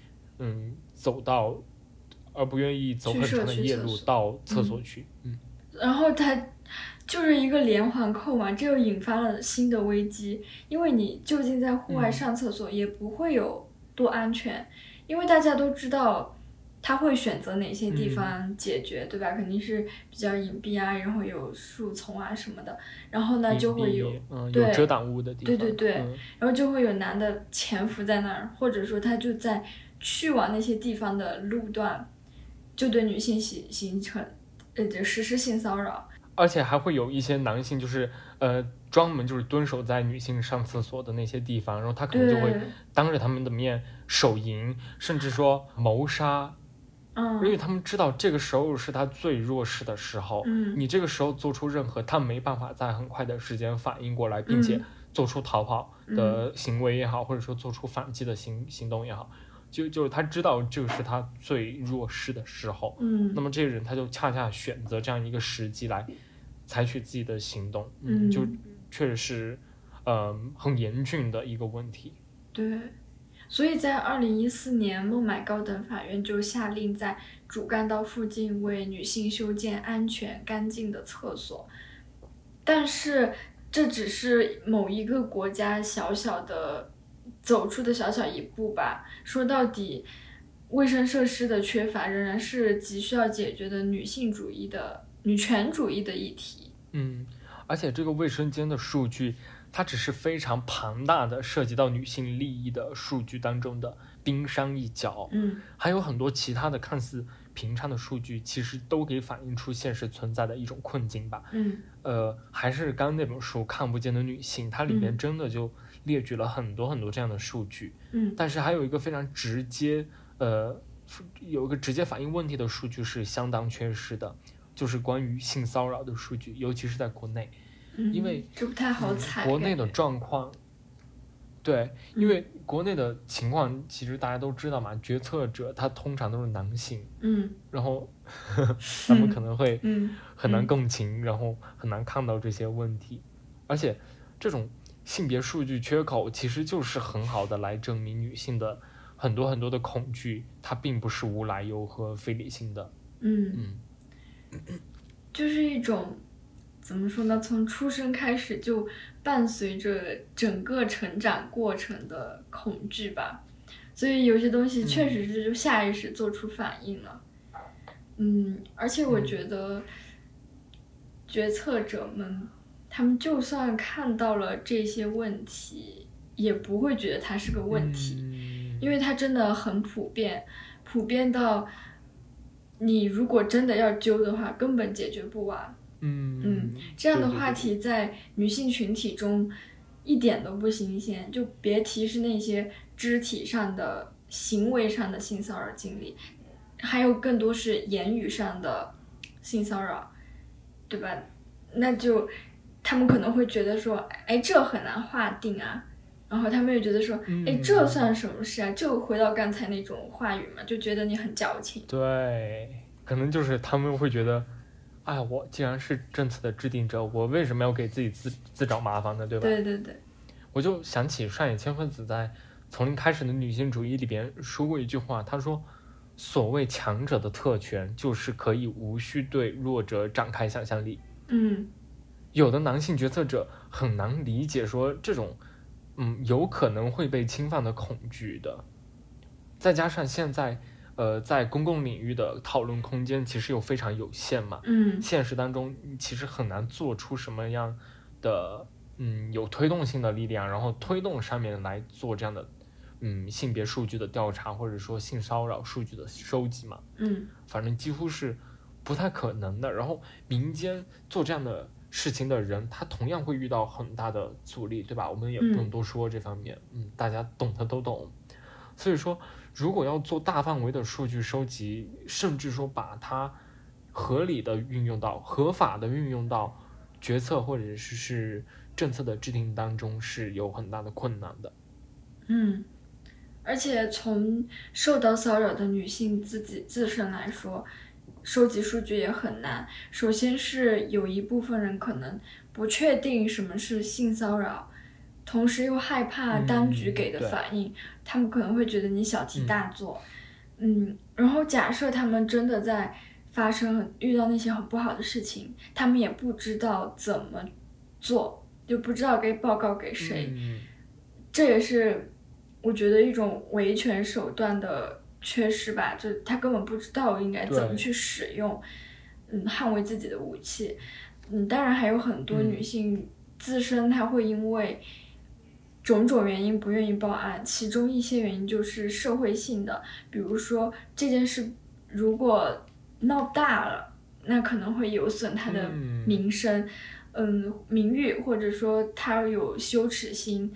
走很长的夜路到厕所去。 然后它就是一个连环扣嘛，这又引发了新的危机，因为你就近在户外上厕所也不会有多安全，因为大家都知道他会选择哪些地方解决，对吧？肯定是比较隐蔽啊，然后有树丛啊什么的，然后呢就会有有遮挡物的地方， 对，然后就会有男的潜伏在那儿，或者说他就在去往那些地方的路段，就对女性形成实施性骚扰， 而且还会有一些男性就是专门就是蹲守在女性上厕所的那些地方，然后他可能就会当着他们的面手淫，甚至说谋杀。因为他们知道这个时候是他最弱势的时候，你这个时候做出任何他没办法在很快的时间反应过来，并且做出逃跑的行为也好，或者说做出反击的行动也好，就是他知道这个是他最弱势的时候，那么这个人他就恰恰选择这样一个时机来采取自己的行动，就确实是很严峻的一个问题。 对。所以在2014年，孟买高等法院就下令在主干道附近为女性修建安全干净的厕所。但是这只是某一个国家小小的走出的小小一步吧。说到底，卫生设施的缺乏仍然是急需要解决的女权主义的议题。 而且这个卫生间的数据，它只是非常庞大的涉及到女性利益的数据当中的冰山一角，还有很多其他的看似平常的数据，其实都可以反映出现实存在的一种困境吧。还是刚刚那本书《看不见的女性》，它里面真的就列举了很多很多这样的数据，但是还有一个非常直接，有一个直接反映问题的数据是相当缺失的，就是关于性骚扰的数据，尤其是在国内。因为这不太好踩， 国内的状况，对，因为国内的情况其实大家都知道嘛，决策者他通常都是男性，然后他们可能会很难共情，然后很难看到这些问题，而且这种性别数据缺口其实就是很好的来证明女性的很多很多的恐惧，它并不是无来由和非理性的。 就是一种怎么说呢？从出生开始就伴随着整个成长过程的恐惧吧，所以有些东西确实是就下意识做出反应了。而且我觉得决策者们，他们就算看到了这些问题，也不会觉得它是个问题，因为它真的很普遍到你如果真的要揪的话，根本解决不完。这样的话题在女性群体中一点都不新鲜，就别提是那些肢体上的、行为上的性骚扰经历，还有更多是言语上的性骚扰，对吧？那就他们可能会觉得说，哎，这很难划定啊，然后他们又觉得说，哎，这算什么事啊？就回到刚才那种话语嘛，就觉得你很矫情。 对，可能就是他们会觉得，哎，我既然是政策的制定者，我为什么要给自己自找麻烦呢？对吧？ 对。 我就想起上野千鹤子在《从零开始的女性主义》里边说过一句话，她说：“所谓强者的特权，就是可以无需对弱者展开想象力。”有的男性决策者很难理解说这种有可能会被侵犯的恐惧的。 再加上现在在公共领域的讨论空间其实又非常有限嘛，现实当中其实很难做出什么样的有推动性的力量，然后推动上面来做这样的性别数据的调查，或者说性骚扰数据的收集嘛，反正几乎是不太可能的。然后民间做这样的事情的人，他同样会遇到很大的阻力，对吧？我们也不用多说这方面，大家懂的都懂。所以说，如果要做大范围的数据收集，甚至说把它合理的运用到、合法的运用到决策或者是政策的制定当中，是有很大的困难的。 而且从受到骚扰的女性自身来说，收集数据也很难。首先是有一部分人可能不确定什么是性骚扰，同时又害怕当局给的反应，他们可能会觉得你小题大做。然后假设他们真的在遇到那些很不好的事情，他们也不知道怎么做，就不知道该报告给谁。这也是我觉得一种维权手段的缺失吧，就他根本不知道应该怎么去使用捍卫自己的武器。当然还有很多女性自身她会因为种种原因不愿意报案，其中一些原因就是社会性的，比如说这件事如果闹大了，那可能会有损她的名声名誉，或者说她有羞耻心，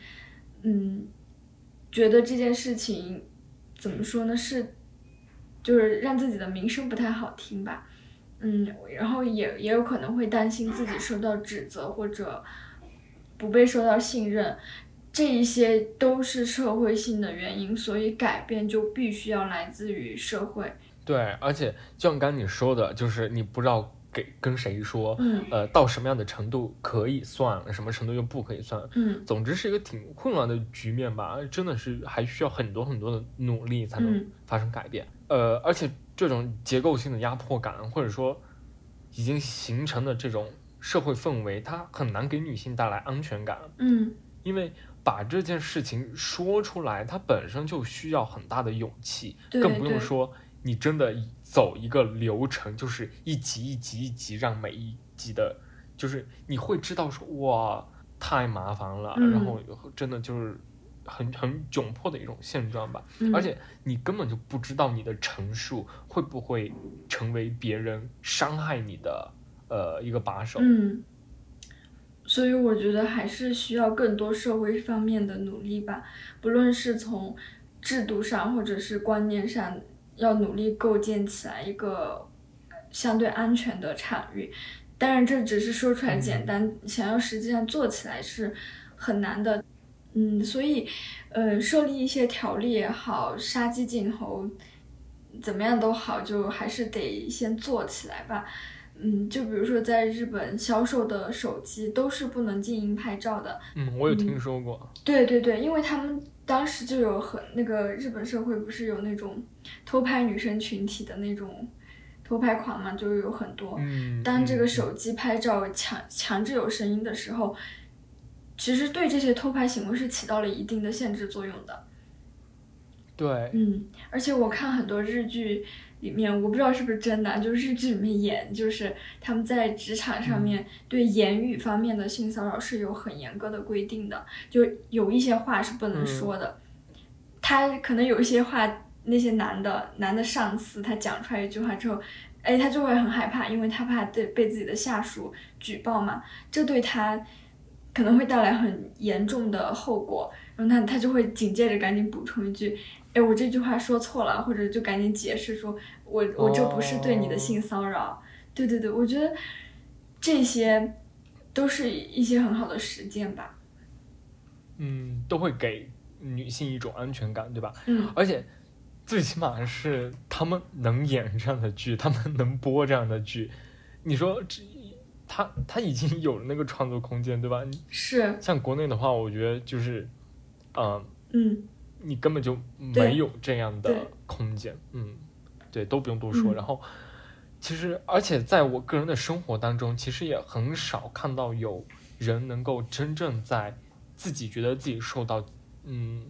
觉得这件事情怎么说呢，就是让自己的名声不太好听吧。然后也有可能会担心自己受到指责或者不被受到信任，这一些都是社会性的原因，所以改变就必须要来自于社会。 对，而且就像刚刚你说的，就是你不知道跟谁说，到什么样的程度可以算，什么程度又不可以算，总之是一个挺混乱的局面吧，真的是还需要很多很多的努力才能发生改变。而且这种结构性的压迫感，或者说已经形成的这种社会氛围，它很难给女性带来安全感。因为把这件事情说出来，它本身就需要很大的勇气，更不用说你真的走一个流程，就是一集一集一集，让每一集的，就是你会知道说哇太麻烦了，然后真的就是很窘迫的一种现状吧。而且你根本就不知道你的陈述会不会成为别人伤害你的一个把手。 所以我觉得还是需要更多社会方面的努力吧，不论是从制度上或者是观念上，要努力构建起来一个相对安全的场域。当然这只是说出来简单，想要实际上做起来是很难的。所以设立一些条例也好，杀鸡儆猴怎么样都好，就还是得先做起来吧。就比如说在日本销售的手机都是不能静音拍照的。 我有听说过。 对，因为他们当时就有那个日本社会不是有那种偷拍女生群体的那种偷拍狂嘛，就有很多。当这个手机拍照强制有声音的时候，其实对这些偷拍行为是起到了一定的限制作用的。 对。 而且我看很多日剧里面，我不知道是不是真的，就是日剧里面演，就是他们在职场上面对言语方面的性骚扰是有很严格的规定的，就有一些话是不能说的。他可能有一些话，那些男的上司他讲出来一句话之后，他就会很害怕，因为他怕被自己的下属举报嘛，这对他可能会带来很严重的后果，然后他就会紧接着赶紧补充一句，我这句话说错了，或者就赶紧解释说我这不是对你的性骚扰。对，我觉得这些都是一些很好的实践吧。 都会给女性一种安全感，对吧？而且最起码是他们能演这样的剧，他们能播这样的剧，你说他已经有了那个创作空间，对吧？是。像国内的话，我觉得就是你根本就没有这样的空间。对，都不用多说。然后其实而且在我个人的生活当中，其实也很少看到有人能够真正在自己觉得自己受到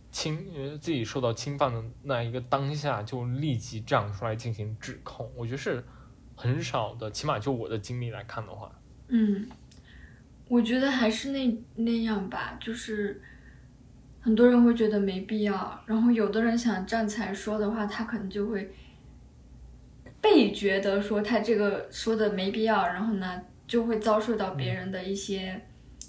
自己受到侵犯的那一个当下就立即站出来进行指控，我觉得是很少的，起码就我的经历来看的话。 我觉得还是那样吧，就是很多人会觉得没必要，然后有的人想站起来说的话，他可能就会被觉得说他这个说的没必要，然后呢就会遭受到别人的一些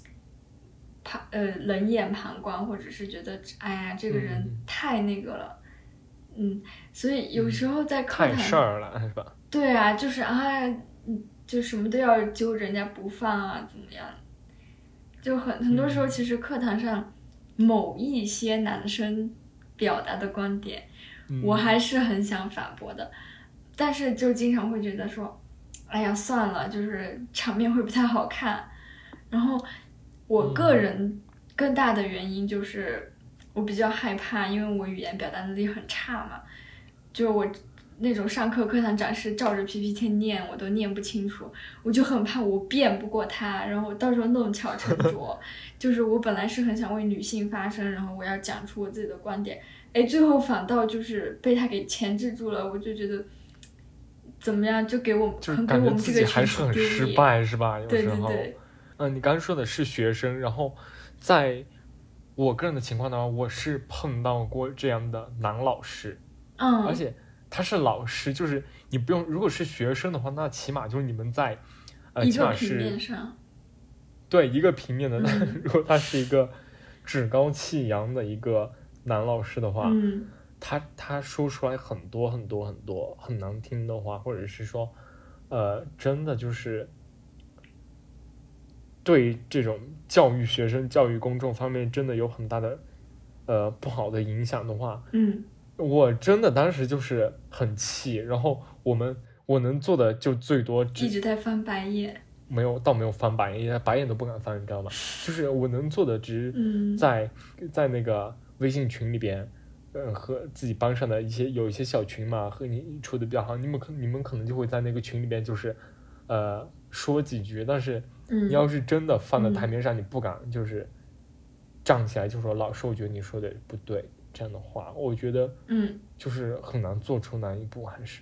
冷眼旁观，或者是觉得哎呀这个人太那个了，所以有时候在课堂太事儿了是吧？ 对啊，就是就什么都要揪人家不放啊，怎么样？就很多时候，其实课堂上某一些男生表达的观点，我还是很想反驳的，但是就经常会觉得说，哎呀算了，就是场面会不太好看。然后我个人更大的原因就是我比较害怕，因为我语言表达能力很差嘛，就是我那种上课课堂展示照着 PPT 念我都念不清楚，我就很怕我辩不过他，然后到时候弄巧成拙。就是我本来是很想为女性发声，然后我要讲出我自己的观点，最后反倒就是被他给钳制住了，我就觉得怎么样，就给我就是感觉自己还是很失败是吧？有时候对， 你刚才说的是学生，然后在我个人的情况的话，我是碰到过这样的男老师，而且他是老师，就是你不用，如果是学生的话，那起码就是你们在一个平面上， 对，一个平面的。如果他是一个趾高气扬的一个男老师的话，他说出来很多很多很多很难听的话，或者是说真的就是对这种教育学生、教育公众方面真的有很大的不好的影响的话，我真的当时就是很气，然后我能做的就最多一直在翻白眼， 没有翻白眼，白眼都不敢翻，你知道吗？就是我能做的只是在那个微信群里边，和自己班上的有一些小群嘛，和你处的比较好，你们可能就会在那个群里边就是说几句，但是你要是真的放在台面上，你不敢就是站起来就说老师，我觉得你说的不对。这样的话，我觉得就是很难做出那一步，还是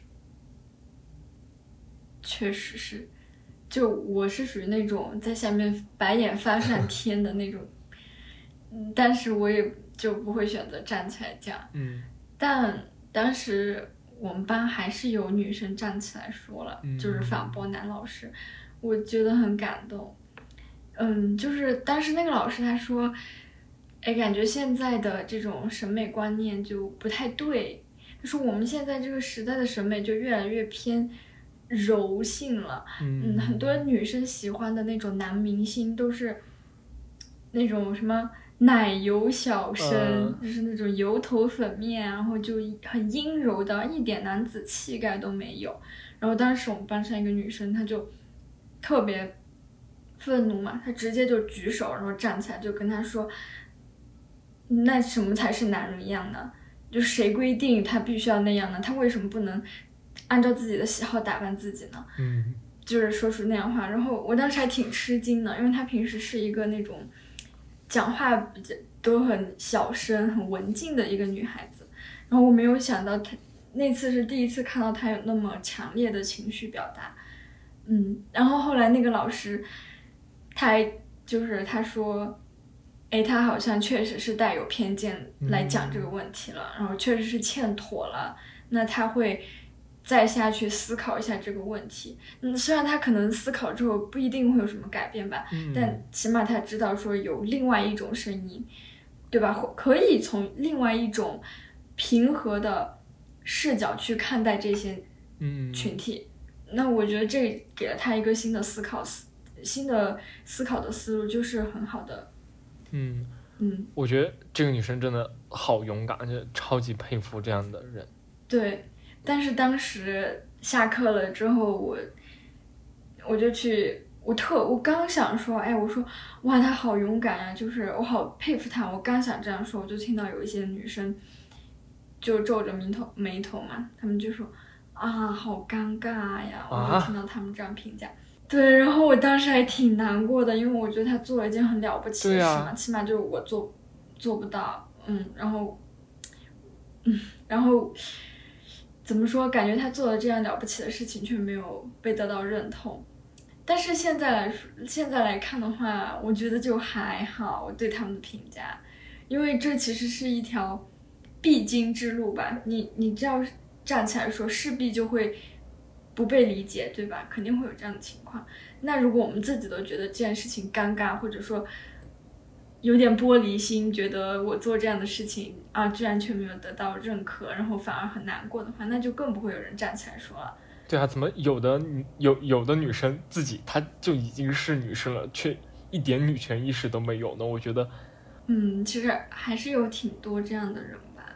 确实是，就我是属于那种在下面白眼翻上天的那种，但是我也就不会选择站起来讲，但当时我们班还是有女生站起来说了，就是反驳男老师，我觉得很感动，就是当时那个老师他说。感觉现在的这种审美观念就不太对。他说我们现在这个时代的审美就越来越偏柔性了。很多女生喜欢的那种男明星都是那种什么奶油小生，就是那种油头粉面，然后就很阴柔的，一点男子气概都没有。然后当时我们班上一个女生，她就特别愤怒嘛，她直接就举手，然后站起来就跟他说。那什么才是男人一样呢？就谁规定他必须要那样呢？他为什么不能按照自己的喜好打扮自己呢？就是说出那样话，然后我当时还挺吃惊的，因为他平时是一个那种讲话比较都很小声、很文静的一个女孩子，然后我没有想到她那次是第一次看到她有那么强烈的情绪表达，然后后来那个老师，他说。他好像确实是带有偏见来讲这个问题了，然后确实是欠妥了，那他会再下去思考一下这个问题。虽然他可能思考之后不一定会有什么改变吧，但起码他知道说有另外一种声音，对吧？可以从另外一种平和的视角去看待这些群体。那我觉得这给了他一个新的思考的思路，就是很好的。 我觉得这个女生真的好勇敢，就超级佩服这样的人。 对，但是当时下课了之后，我就去，我刚想说，我说哇，她好勇敢呀，就是我好佩服她。我刚想这样说，我就听到有一些女生就皱着眉头嘛，她们就说啊，好尴尬呀，我就听到她们这样评价。对，然后我当时还挺难过的，因为我觉得他做了一件很了不起的事嘛，起码就是我做不到， 然后怎么说？感觉他做了这样了不起的事情，却没有被得到认同。但是现在来看的话，我觉得就还好，我对他们的评价，因为这其实是一条必经之路吧。你这样站起来说，势必就会不被理解，对吧？肯定会有这样的情况。那如果我们自己都觉得这件事情尴尬，或者说有点玻璃心，觉得我做这样的事情啊，居然却没有得到认可，然后反而很难过的话，那就更不会有人站起来说了。 对啊，怎么有的女生自己她就已经是女生了，却一点女权意识都没有呢？我觉得， 其实还是有挺多这样的人吧。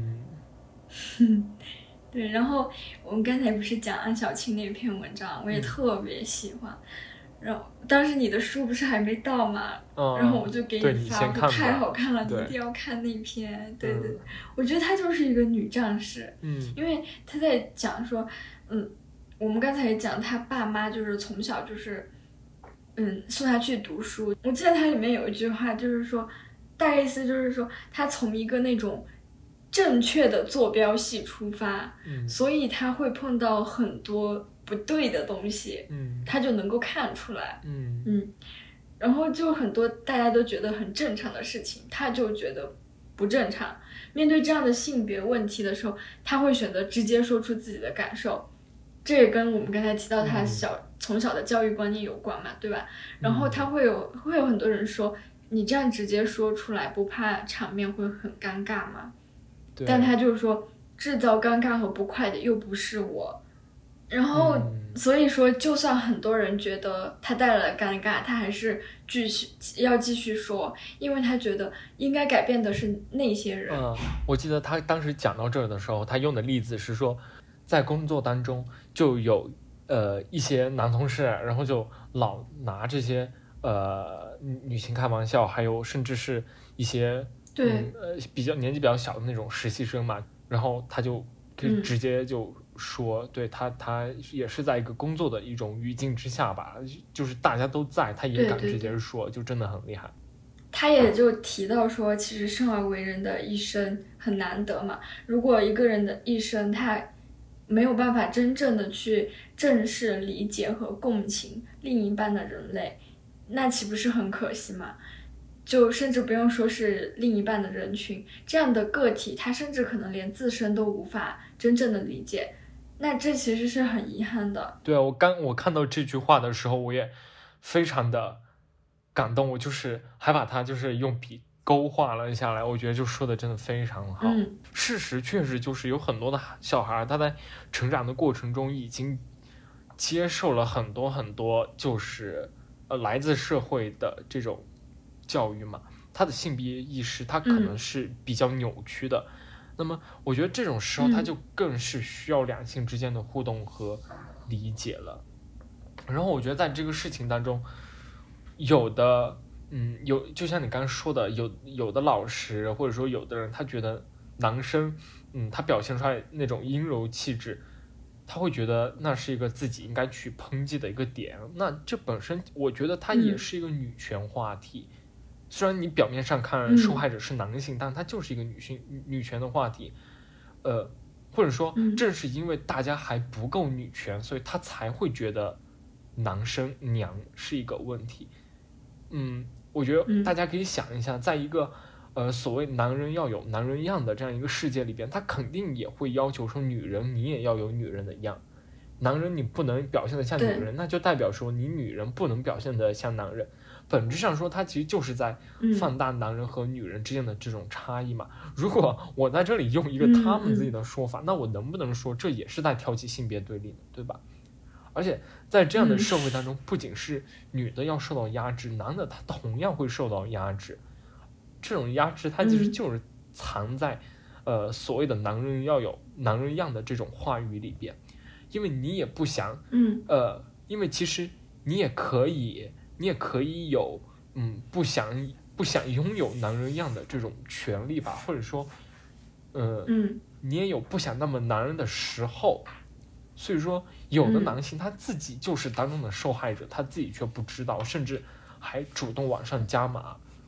对。然后我们刚才不是讲安小庆那篇文章，我也特别喜欢。然后当时你的书不是还没到嘛，然后我就给你发，太好看了，你一定要看那篇。对，我觉得她就是一个女战士。因为她在讲说，我们刚才也讲，她爸妈就是从小就是送她去读书。我记得它里面有一句话，就是说大概意思就是说，她从一个那种正确的坐标系出发，所以她会碰到很多不对的东西，他就能够看出来，然后就很多大家都觉得很正常的事情，他就觉得不正常。面对这样的性别问题的时候，他会选择直接说出自己的感受，这也跟我们刚才提到他从小的教育观念有关嘛，对吧？然后他会有很多人说，你这样直接说出来，不怕场面会很尴尬吗？但他就是说，制造尴尬和不快的又不是我。然后所以说就算很多人觉得他带来了尴尬，他还是继续说，因为他觉得应该改变的是那些人。 我记得他当时讲到这儿的时候，他用的例子是说，在工作当中就有一些男同事，然后就老拿这些女性开玩笑，还有甚至是一些年纪比较小的那种实习生嘛，然后他就直接就说，对他也是在一个工作的一种语境之下吧，就是大家都在，他也敢直接说，就真的很厉害。 他也就提到说，其实生而为人的一生很难得嘛，如果一个人的一生他没有办法真正的去正视、理解和共情另一半的人类，那岂不是很可惜吗？就甚至不用说是另一半的人群，这样的个体他甚至可能连自身都无法真正的理解，那这其实是很遗憾的。 对啊，我看到这句话的时候，我也非常的感动，我就是还把它就是用笔勾画了下来，我觉得就说的真的非常好。事实确实就是有很多的小孩他在成长的过程中已经接受了很多很多就是来自社会的这种教育嘛，他的性别意识他可能是比较扭曲的。那么我觉得这种时候他就更是需要两性之间的互动和理解了。然后我觉得在这个事情当中，有就像你刚刚说的，有的老师或者说有的人，他觉得男生他表现出来那种阴柔气质，他会觉得那是一个自己应该去抨击的一个点。那这本身我觉得它也是一个女权话题。虽然你表面上看受害者是男性，但它就是一个女权的话题。或者说正是因为大家还不够女权，所以他才会觉得男生娘是一个问题。我觉得大家可以想一下，在一个所谓男人要有男人样的这样一个世界里边，他肯定也会要求说女人你也要有女人的样。男人你不能表现得像女人，那就代表说你女人不能表现得像男人。本质上说，它其实就是在放大男人和女人之间的这种差异嘛。如果我在这里用一个他们自己的说法，那我能不能说这也是在挑起性别对立呢？对吧？而且在这样的社会当中，不仅是女的要受到压制，男的他同样会受到压制。这种压制它其实就是藏在所谓的男人要有男人样的这种话语里边。因为你也不想因为其实你也可以有不想拥有男人样的这种权利吧，或者说你也有不想那么男人的时候。所以说有的男性他自己就是当中的受害者，他自己却不知道，甚至还主动往上加码。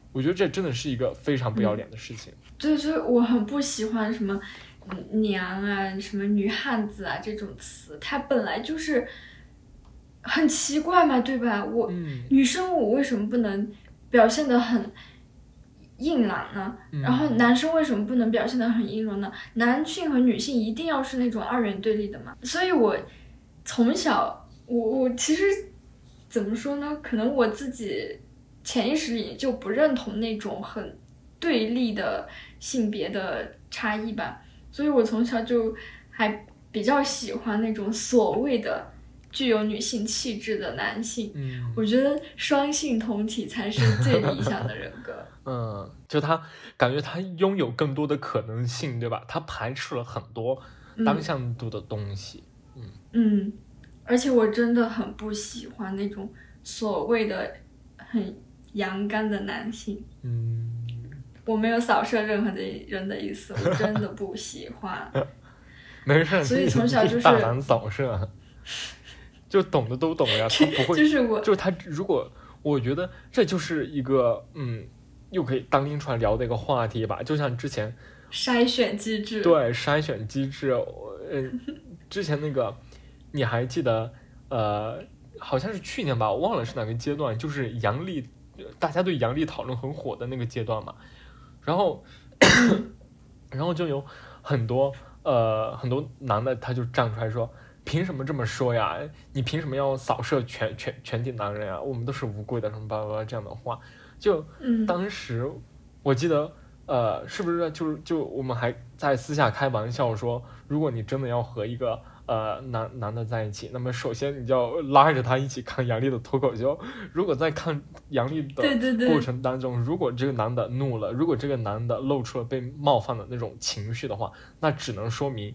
我觉得这真的是一个非常不要脸的事情。 对，所以我很不喜欢什么娘啊、什么女汉子啊这种词，它本来就是很奇怪嘛，对吧？女生我为什么不能表现得很硬朗呢？然后男生为什么不能表现得很阴柔呢？男性和女性一定要是那种二元对立的嘛？所以我从小，我其实怎么说呢？可能我自己潜意识里就不认同那种很对立的性别的差异吧，所以我从小就还比较喜欢那种所谓的具有女性气质的男性。我觉得双性同体才是最理想的人格。 就他感觉他拥有更多的可能性，对吧？他排斥了很多单向度的东西。 而且我真的很不喜欢那种所谓的很阳刚的男性。我没有扫射任何的人的意思，我真的不喜欢。 没事， 所以从小就是大胆扫射，就懂的都懂呀。他不会，就是他如果我觉得这就是一个又可以当拎出来聊的一个话题吧。就像之前筛选机制， 对筛选机制，之前那个你还记得好像是去年吧，我忘了是哪个阶段，就是杨笠，大家对杨笠讨论很火的那个阶段嘛。然后就有很多男的他就站出来说，凭什么这么说呀？你凭什么要扫射全体男人啊？我们都是无辜的，什么巴拉巴拉这样的话。就当时我记得是不是就我们还在私下开玩笑说，如果你真的要和一个男的在一起，那么首先你就要拉着他一起看杨笠的脱口秀。如果在看杨笠的过程当中，如果这个男的怒了，如果这个男的露出了被冒犯的那种情绪的话，那只能说明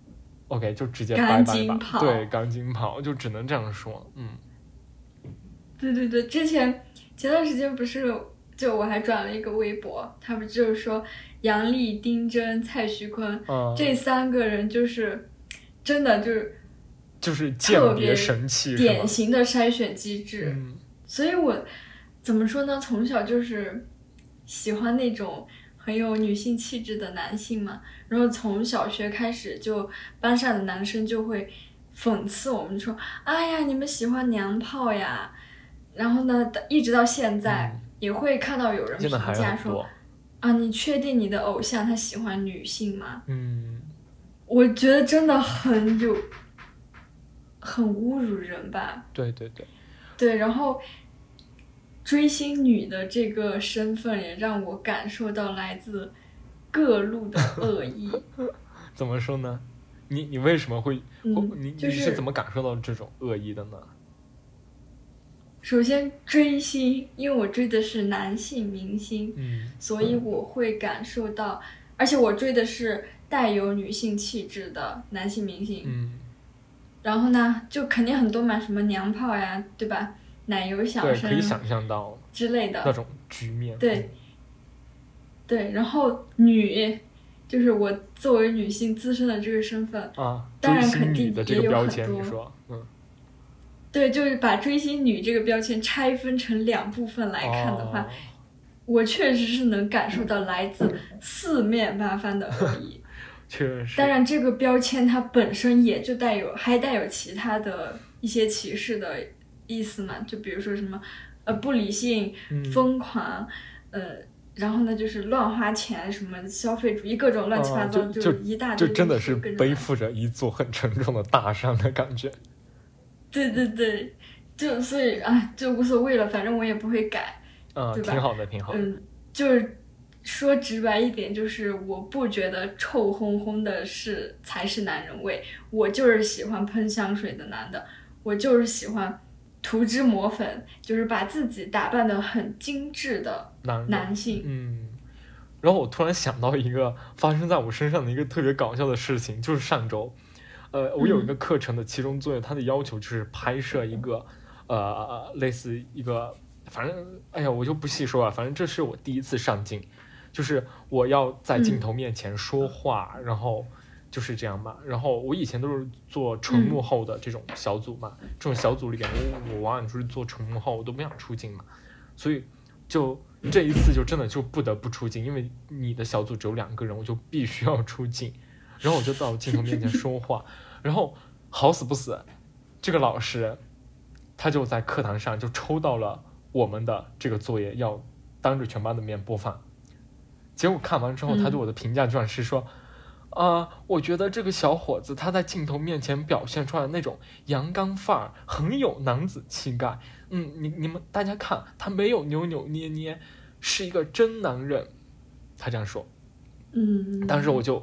OK 就直接拜拜吧。对，赶紧跑，就只能这样说。 对，前段时间不是就我还转了一个微博，他不就是说杨笠、丁真、蔡徐坤这3个人就是真的就是鉴别神器， 典型的筛选机制。所以我怎么说呢？从小就是喜欢那种很有女性气质的男性嘛。然后从小学开始，就班上的男生就会讽刺我们说：“哎呀，你们喜欢娘炮呀！”然后呢，一直到现在也会看到有人评价说：“啊，你确定你的偶像他喜欢女性吗？”我觉得真的很侮辱人吧。对，然后追星女的这个身份也让我感受到来自各路的恶意。 怎么说呢？你为什么会你是怎么感受到这种恶意的呢？ 首先追星，因为我追的是男性明星，所以我会感受到，而且我追的是带有女性气质的男性明星。然后呢，就肯定很多嘛，什么娘炮呀，对吧？奶油小生， 对，可以想象到之类的那种局面。 对，然后就是我作为女性自身的这个身份当然肯定也有很多。对，就是把追星女这个标签拆分成2部分来看的话，我确实是能感受到来自4面八方的恶意。 确实， 当然这个标签它本身也就还带有其他的一些歧视的意思嘛，就比如说什么不理性、疯狂，然后呢就是乱花钱，什么消费主义，各种乱七八糟，就一大堆， 就真的是背负着一座很沉重的大山的感觉。 对，就所以就无所谓了，反正我也不会改，对吧？ 挺好的。 就是说直白一点，就是我不觉得臭烘烘的才是男人味，我就是喜欢喷香水的男的，我就是喜欢涂脂抹粉，就是把自己打扮得很精致的男性。 然后我突然想到一个发生在我身上的一个特别搞笑的事情，就是上周我有一个课程的期中作业，它的要求就是拍摄一个类似一个，反正哎呀我就不细说了，反正这是我第一次上镜，就是我要在镜头面前说话，然后就是这样嘛。然后我以前都是做纯幕后的这种小组嘛，这种小组里边我往往就是做纯幕后，我都不想出镜嘛，所以就这一次就真的就不得不出镜，因为你的小组只有2个人，我就必须要出镜，然后我就到镜头面前说话，然后好死不死，这个老师他就在课堂上就抽到了我们的这个作业，要当着全班的面播放。结果看完之后，他对我的评价居然是说，我觉得这个小伙子他在镜头面前表现出来的那种阳刚范儿，很有男子气概。你们大家看，他没有扭扭捏捏，是一个真男人。他这样说。当时我就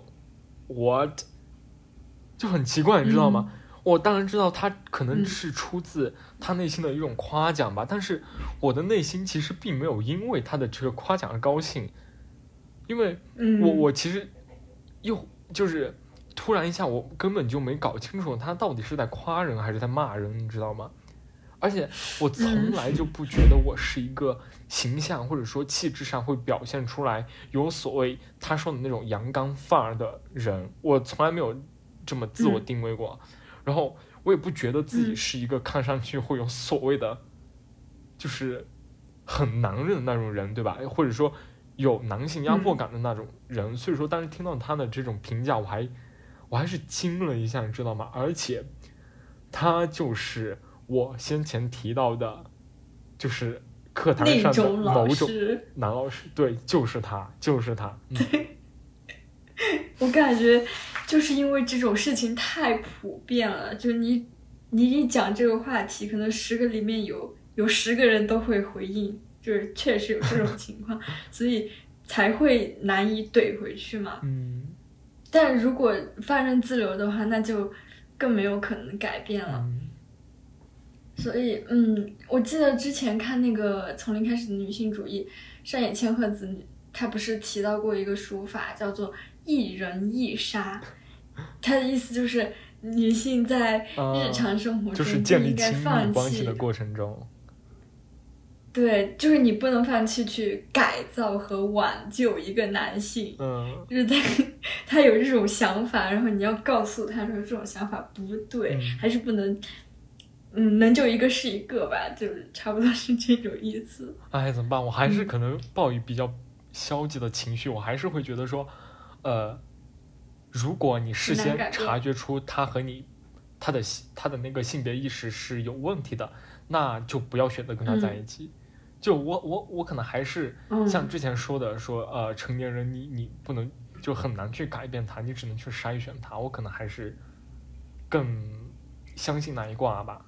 what 就很奇怪，你知道吗？我当然知道他可能是出自他内心的一种夸奖吧，但是我的内心其实并没有因为他的这个夸奖而高兴。因为我其实又就是突然一下，我根本就没搞清楚他到底是在夸人还是在骂人，你知道吗？而且我从来就不觉得我是一个形象或者说气质上会表现出来有所谓他说的那种阳刚范儿的人，我从来没有这么自我定位过。然后我也不觉得自己是一个看上去会有所谓的就是很男人的那种人，对吧？或者说有男性压迫感的那种人，所以说当时听到他的这种评价，我还是惊了一下，你知道吗？而且他就是我先前提到的，就是课堂上的某种男老师，对，就是他。 对，我感觉就是因为这种事情太普遍了，就你一讲这个话题，可能10个里面有10个人都会回应。就是确实有这种情况，所以才会难以怼回去嘛。但如果放任自流的话，那就更没有可能改变了。所以，我记得之前看那个《从零开始的女性主义》，上野千鹤子她不是提到过一个说法，叫做“一人一杀”。她的意思就是女性在日常生活中就是建立亲密关系的过程中。 对，就是你不能放弃去改造和挽救一个男性，就是他有这种想法，然后你要告诉他说这种想法不对，还是不能，能救一个是一个吧，就是差不多是这种意思。 哎，怎么办？我还是可能抱以比较消极的情绪，我还是会觉得说，如果你事先察觉出他和他的那个性别意识是有问题的，那就不要选择跟他在一起。就我可能还是像之前说的，说成年人你不能就很难去改变他，你只能去筛选他。我可能还是更相信那一卦吧。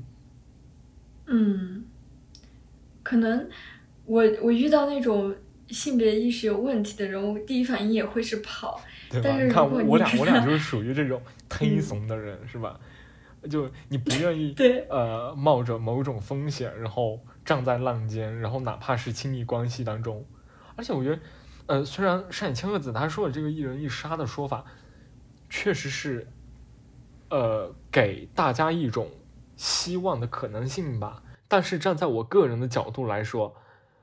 可能我遇到那种性别意识有问题的人，我第一反应也会是跑。 对吧？ 但是你看我俩就是属于这种忒怂的人，是吧？就你不愿意冒着某种风险，然后站在浪尖，然后哪怕是亲密关系当中。而且我觉得虽然上野千鹤子他说的这个一人一杀的说法确实是给大家一种希望的可能性吧，但是站在我个人的角度来说，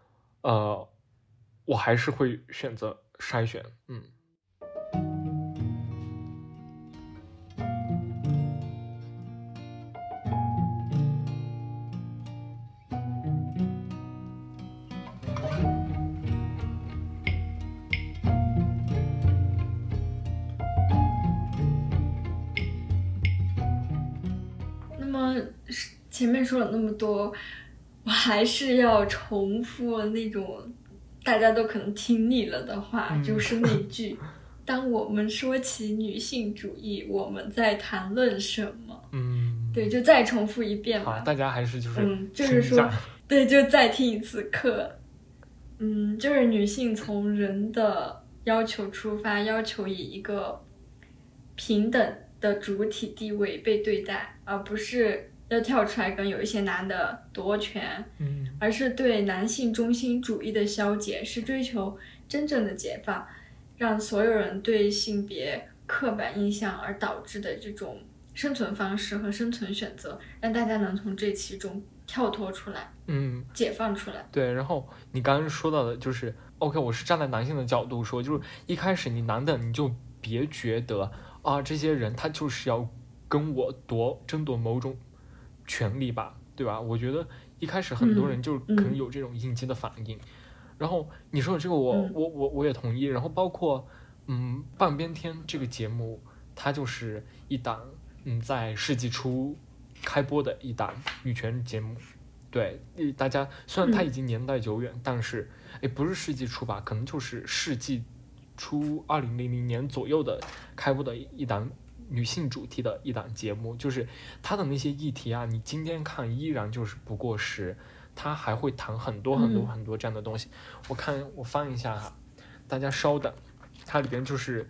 我还是会选择筛选。 前面说了那么多，我还是要重复那种大家都可能听腻了的话，就是那句当我们说起女性主义，我们在谈论什么？对，就再重复一遍吧。 好，大家还是就是说，对，就再听一次课。就是女性从人的要求出发，要求以一个平等的主体地位被对待，而不是要跳出来跟有一些男的夺权，而是对男性中心主义的消解，是追求真正的解放，让所有人对性别刻板印象而导致的这种生存方式和生存选择，让大家能从这其中跳脱出来，解放出来。 对，然后你刚刚说到的就是 OK， 我是站在男性的角度说，就是一开始你男的你就别觉得这些人他就是要跟我争夺某种权利吧，对吧？我觉得一开始很多人就可能有这种应激的反应， 然后你说的这个我也同意。然后包括半边天这个节目，它就是一档在世纪初开播的一档女权节目。对，大家虽然它已经年代久远，但是不是世纪初吧，可能就是世纪初2000年左右的开播的一档女性主题的一档节目，就是它的那些议题啊，你今天看依然就是不过时，它还会谈很多很多很多这样的东西。我翻一下哈，大家稍等，它里边就是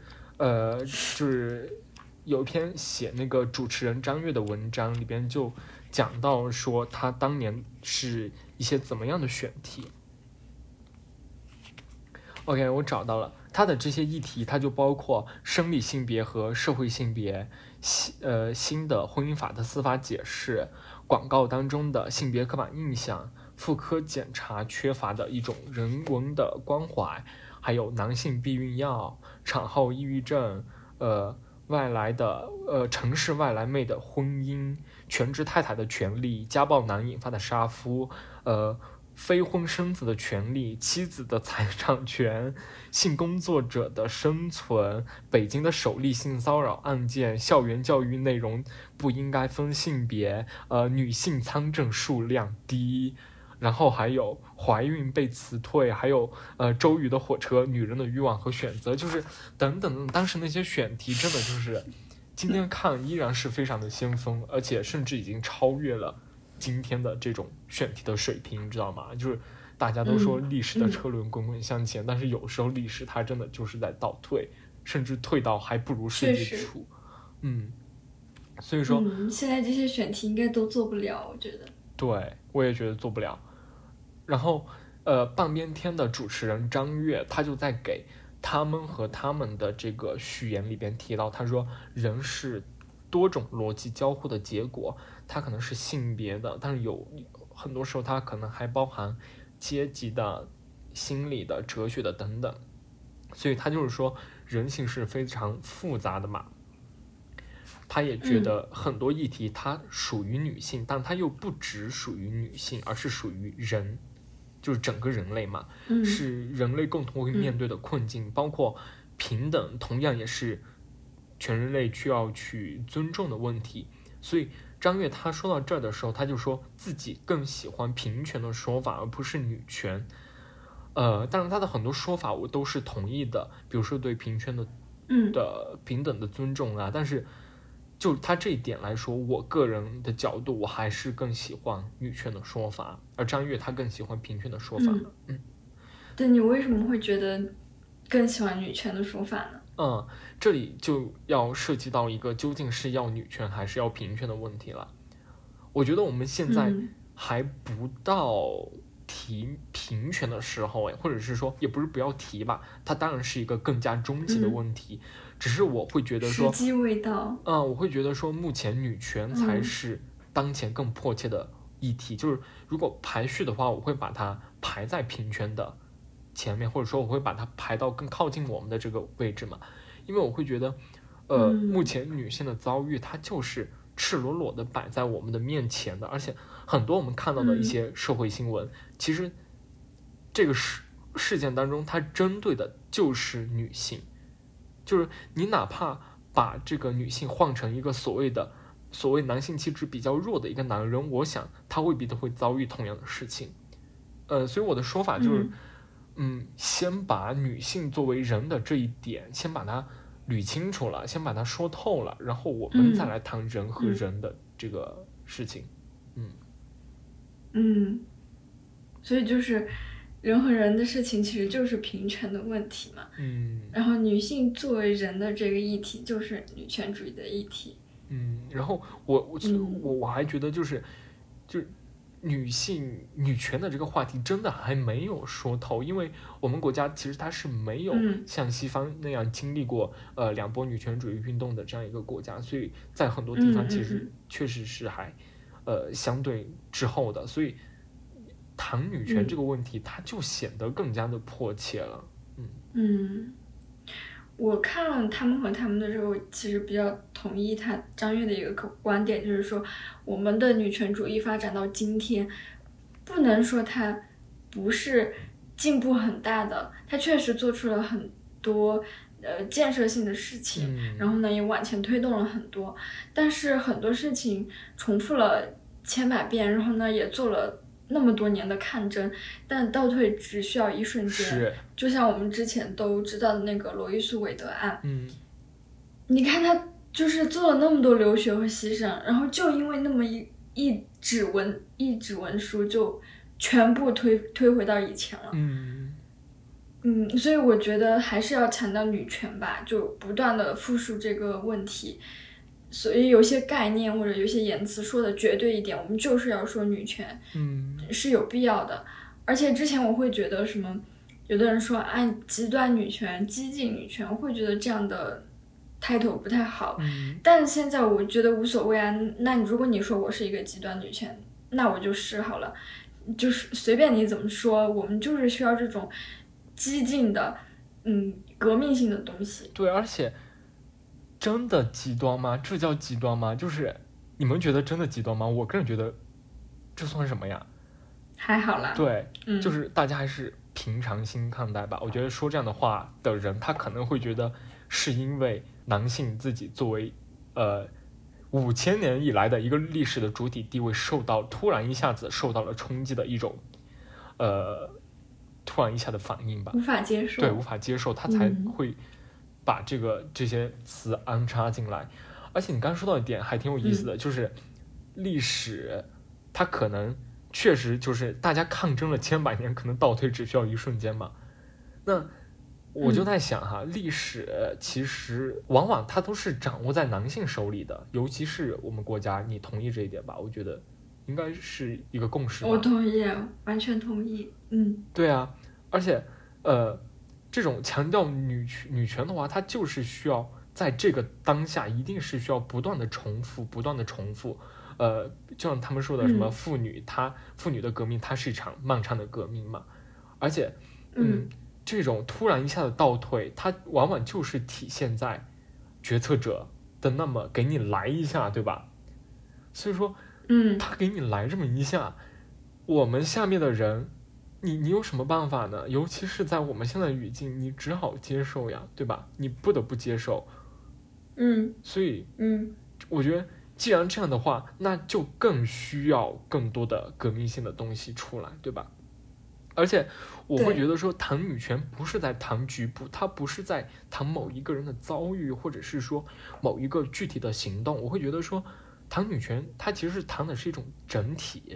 有一篇写那个主持人张悦的文章，里边就讲到说他当年是一些怎么样的选题。OK， 我找到了他的这些议题，它就包括生理性别和社会性别，新的婚姻法的司法解释，广告当中的性别刻板印象，妇科检查缺乏的一种人文的关怀，还有男性避孕药、产后抑郁症，外来的城市外来妹的婚姻，全职太太的权利，家暴男引发的杀夫，非婚生子的权利，妻子的财产权，性工作者的生存，北京的首例性骚扰案件，校园教育内容不应该分性别，女性参政数量低，然后还有怀孕被辞退，还有周瑜的火车，女人的欲望和选择，就是等等，当时那些选题真的就是今天看依然是非常的先锋，而且甚至已经超越了今天的这种选题的水平，你知道吗？就是大家都说历史的车轮滚滚向前，但是有时候历史它真的就是在倒退，甚至退到还不如世纪初。所以说现在这些选题应该都做不了，我觉得。 对，我也觉得做不了。然后半边天的主持人张悦，他就在给他们和他们的这个序言里边提到，他说人是多种逻辑交互的结果，它可能是性别的，但是有很多时候它可能还包含阶级的、心理的、哲学的等等，所以他就是说人性是非常复杂的嘛。他也觉得很多议题它属于女性，但它又不只属于女性，而是属于人，就是整个人类嘛，是人类共同会面对的困境，包括平等同样也是全人类需要去尊重的问题。所以张悦他说到这儿的时候，他就说自己更喜欢平权的说法，而不是女权。当然他的很多说法我都是同意的，比如说对平权的平等的尊重啊，但是就他这一点来说，我个人的角度我还是更喜欢女权的说法，而张悦他更喜欢平权的说法。 对，你为什么会觉得更喜欢女权的说法呢？ 这里就要涉及到一个究竟是要女权还是要平权的问题了。我觉得我们现在还不到提平权的时候，或者是说也不是不要提吧，它当然是一个更加终极的问题，只是我会觉得说时机未到。 我会觉得说目前女权才是当前更迫切的议题，就是如果排序的话，我会把它排在平权的前面，或者说我会把它排到更靠近我们的这个位置嘛，因为我会觉得目前女性的遭遇它就是赤裸裸的摆在我们的面前的，而且很多我们看到的一些社会新闻，其实这个事件当中它针对的就是女性，就是你哪怕把这个女性换成一个所谓男性气质比较弱的一个男人，我想他未必都会遭遇同样的事情。所以我的说法就是先把女性作为人的这一点先把它捋清楚了，先把它说透了，然后我们再来谈人和人的这个事情。 所以就是人和人的事情其实就是平权的问题嘛。然后女性作为人的这个议题就是女权主义的议题。 然后我还觉得就是女权的这个话题真的还没有说透，因为我们国家其实它是没有像西方那样经历过两波女权主义运动的这样一个国家，所以在很多地方其实确实是还相对滞后的，所以谈女权这个问题它就显得更加的迫切了。 我看他们和他们的时候，其实比较同意张悦的一个观点，就是说我们的女权主义发展到今天，不能说它不是进步很大的，他确实做出了很多建设性的事情，然后呢也往前推动了很多，但是很多事情重复了千百遍，然后呢也做了那么多年的抗争，但倒退只需要一瞬间。 是， 就像我们之前都知道的那个罗伊诉韦德案，你看他就是做了那么多流血和牺牲，然后就因为那么一纸文书就全部推回到以前了。所以我觉得还是要强调女权吧，就不断的复述这个问题。所以有些概念或者有些言辞说的绝对一点，我们就是要说女权，是有必要的。而且之前我会觉得什么，有的人说极端女权、激进女权，我会觉得这样的title不太好。但现在我觉得无所谓啊。那如果你说我是一个极端女权，那我就是好了，就是随便你怎么说，我们就是需要这种激进的革命性的东西。 对，而且真的极端吗？这叫极端吗？就是你们觉得真的极端吗？我个人觉得这算什么呀？ 还好啦。 对，就是大家还是平常心看待吧。我觉得说这样的话的人，他可能会觉得是因为男性自己作为5000年以来的一个历史的主体地位突然一下子受到了冲击的一种突然一下的反应吧， 无法接受。 对，无法接受，他才会把这些词安插进来。而且你刚刚说到一点还挺有意思的，就是历史它可能确实就是大家抗争了千百年，可能倒退只需要一瞬间嘛。那我就在想哈，历史其实往往它都是掌握在男性手里的，尤其是我们国家，你同意这一点吧？我觉得应该是一个共识吧。 我同意，完全同意。 对啊，而且这种强调女权的话，它就是需要在这个当下一定是需要不断的重复。就像他们说的什么妇女的革命，它是一场漫长的革命嘛。而且这种突然一下的倒退，它往往就是体现在决策者的那么给你来一下，对吧？所以说他给你来这么一下，我们下面的人你有什么办法呢？尤其是在我们现在的语境，你只好接受呀，对吧？你不得不接受。所以我觉得既然这样的话，那就更需要更多的革命性的东西出来，对吧？而且我会觉得说，谈女权不是在谈局部，它不是在谈某一个人的遭遇，或者是说某一个具体的行动。我会觉得说，谈女权它其实是谈的是一种整体。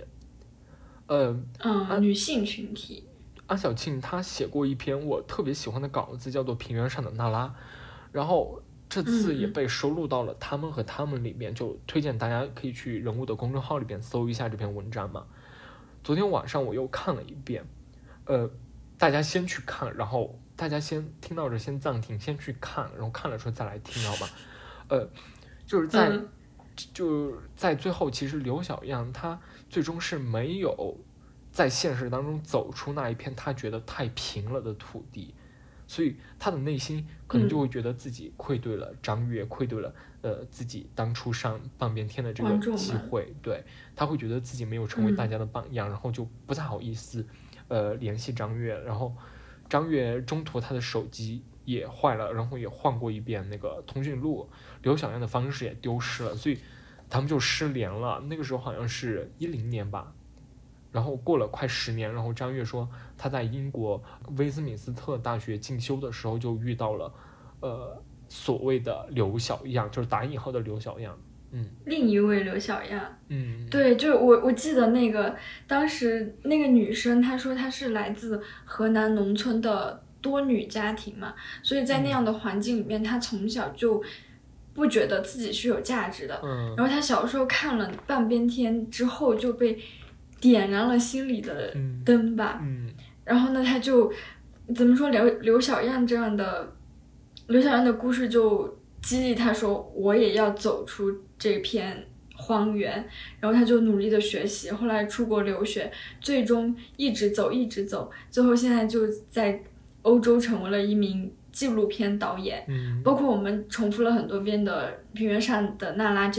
女性群体。 安小庆他写过一篇我特别喜欢的稿子，叫做《平原上的娜拉》，然后这次也被收录到了《他们和他们》里面，就推荐大家可以去人物的公众号里边搜一下这篇文章嘛。昨天晚上我又看了一遍，大家先去看，然后大家先听到这先暂停，先去看，然后看了之后再来听，好吧？就是在最后，其实刘小样他最终是没有在现实当中走出那一片他觉得太平了的土地，所以他的内心可能就会觉得自己愧对了张悦，愧对了自己当初上半边天的这个机会，对，他会觉得自己没有成为大家的榜样，然后就不太好意思联系张悦，然后张悦中途他的手机也坏了，然后也换过一遍那个通讯录，刘小样的方式也丢失了，所以他们就失联了。那个时候好像是10年吧，然后过了快10年，然后张悦说他在英国威斯敏斯特大学进修的时候就遇到了所谓的刘小样，就是打引号的刘小样。 另一位刘小样。对，就是我记得那个当时那个女生她说她是来自河南农村的多女家庭嘛，所以在那样的环境里面，她从小就不觉得自己是有价值的。然后她小时候看了半边天之后就被点燃了心里的灯吧。然后呢，她就怎么说刘小样的故事就激励她说我也要走出这片荒原，然后他就努力的学习，后来出国留学，最终一直走，最后现在就在欧洲成为了一名纪录片导演。包括我们重复了很多遍的《平原上的娜拉》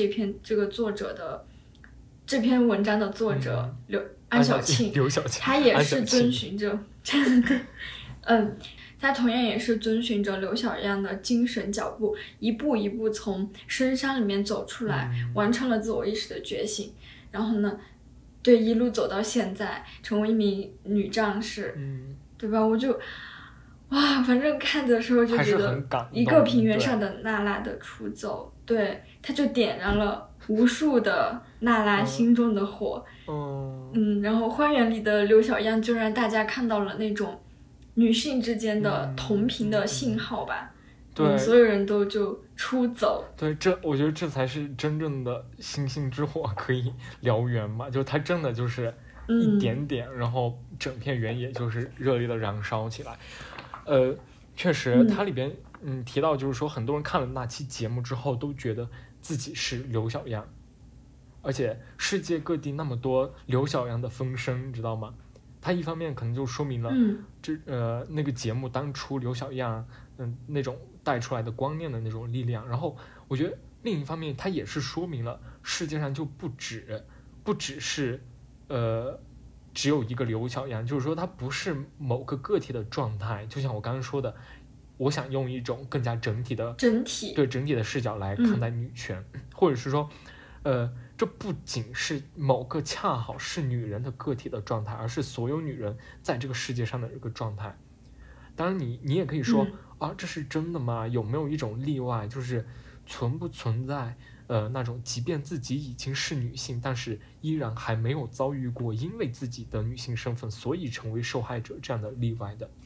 这篇文章的作者安小庆， 刘小庆， 他也是遵循着真的，他同样也是遵循着刘小样的精神脚步，一步一步从深山里面走出来，完成了自我意识的觉醒。然后呢，对，一路走到现在，成为一名女战士，对吧？我就哇，反正看的时候就觉得一个平原上的娜拉的出走，对，他就点燃了无数的娜拉心中的火。然后花园里的刘小样就让大家看到了那种女性之间的同频的信号吧。 对， 所有人都就出走。 对，我觉得这才是真正的星星之火可以燎原嘛，就它真的就是一点点，然后整片原野就是热烈的燃烧起来。确实它里边提到就是说很多人看了那期节目之后都觉得自己是刘小样，而且世界各地那么多刘小样的风声，知道吗？它一方面可能就说明了那个节目当初刘小样那种带出来的光念的那种力量，然后我觉得另一方面它也是说明了世界上就不只是只有一个刘小样，就是说它不是某个个体的状态，就像我刚刚说的，我想用一种更加整体的视角来看待女权，或者是说这不仅是某个恰好是女人的个体的状态，而是所有女人在这个世界上的一个状态。当然你也可以说这是真的吗？有没有一种例外，就是存不存在那种即便自己已经是女性，但是依然还没有遭遇过因为自己的女性身份所以成为受害者这样的例外的？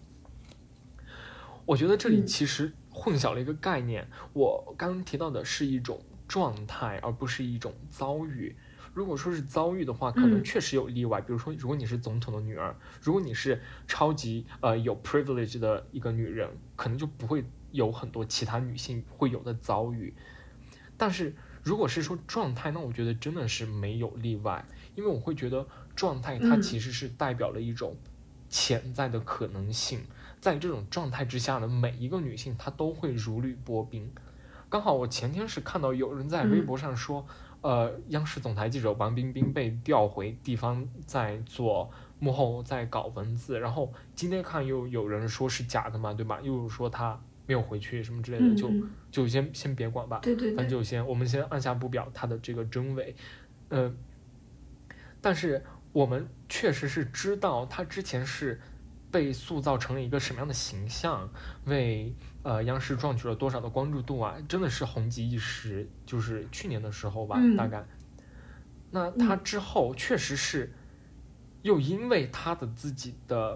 我觉得这里其实混淆了一个概念，我刚刚提到的是一种状态，而不是一种遭遇。如果说是遭遇的话，可能确实有例外，比如说如果你是总统的女儿，如果你是超级有 privilege 的一个女人，可能就不会有很多其他女性会有的遭遇。但是如果是说状态，那我觉得真的是没有例外，因为我会觉得状态它其实是代表了一种潜在的可能性，在这种状态之下呢，每一个女性她都会如履薄冰。刚好我前天是看到有人在微博上说央视总台记者王冰冰被调回地方在做幕后在搞文字，然后今天看又有人说是假的嘛，对吧？又说他没有回去什么之类的，就先别管吧， 对， 反正我们先按下不表他的这个真伪。但是我们确实是知道他之前是被塑造成了一个什么样的形象，为央视赚取了多少的关注度啊，真的是红极一时，就是去年的时候吧，大概。那他之后确实是又因为他的自己的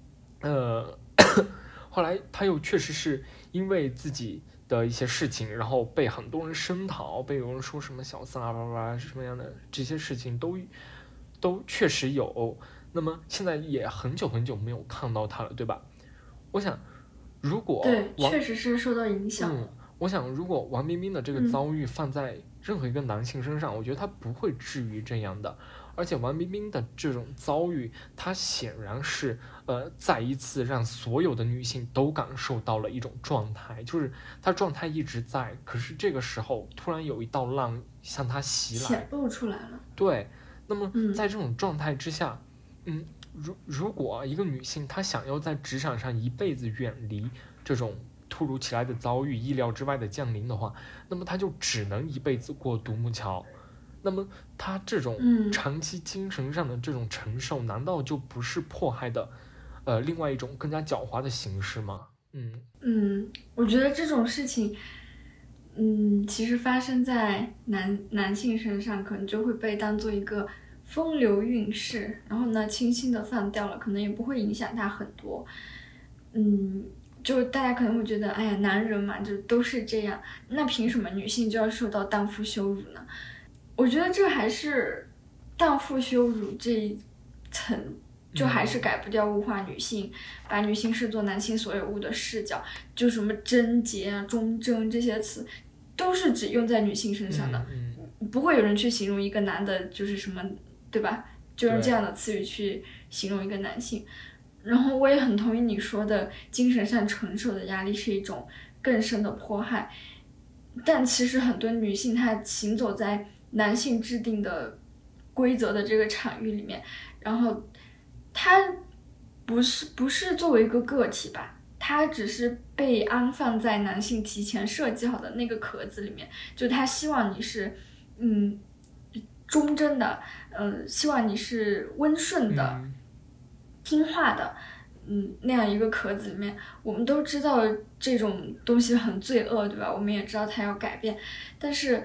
后来他又确实是因为自己的一些事情，然后被很多人声讨，被有人说什么小三啊什么样的，这些事情都确实有。那么现在也很久很久没有看到他了，对吧？我想如果对，确实是受到影响。 我想如果王冰冰的这个遭遇放在任何一个男性身上，我觉得他不会至于这样的。而且王冰冰的这种遭遇，她显然是再一次让所有的女性都感受到了一种状态，就是她状态一直在，可是这个时候突然有一道浪向她袭来， 显露出来了。 对，那么在这种状态之下，如果一个女性她想要在职场上一辈子远离这种突如其来的遭遇、意料之外的降临的话，那么她就只能一辈子过独木桥。那么她这种长期精神上的这种承受，难道就不是迫害的另外一种更加狡猾的形式吗？ 我觉得这种事情其实发生在男性身上，可能就会被当做一个风流韵事，然后呢轻轻的放掉了，可能也不会影响他很多。就大家可能会觉得，哎呀，男人嘛，就都是这样，那凭什么女性就要受到荡妇羞辱呢？我觉得这还是荡妇羞辱这一层，就还是改不掉物化女性，把女性视作男性所有物的视角，就什么贞洁啊、忠贞这些词，都是只用在女性身上的，不会有人去形容一个男的就是什么，对吧？就用这样的词语去形容一个男性。然后我也很同意你说的，精神上承受的压力是一种更深的迫害，但其实很多女性她行走在男性制定的规则的这个场域里面，然后她不是作为一个个体吧，它只是被安放在男性提前设计好的那个壳子里面，就他希望你是忠贞的，希望你是温顺的、听话的，那样一个壳子里面。我们都知道这种东西很罪恶，对吧？我们也知道它要改变，但是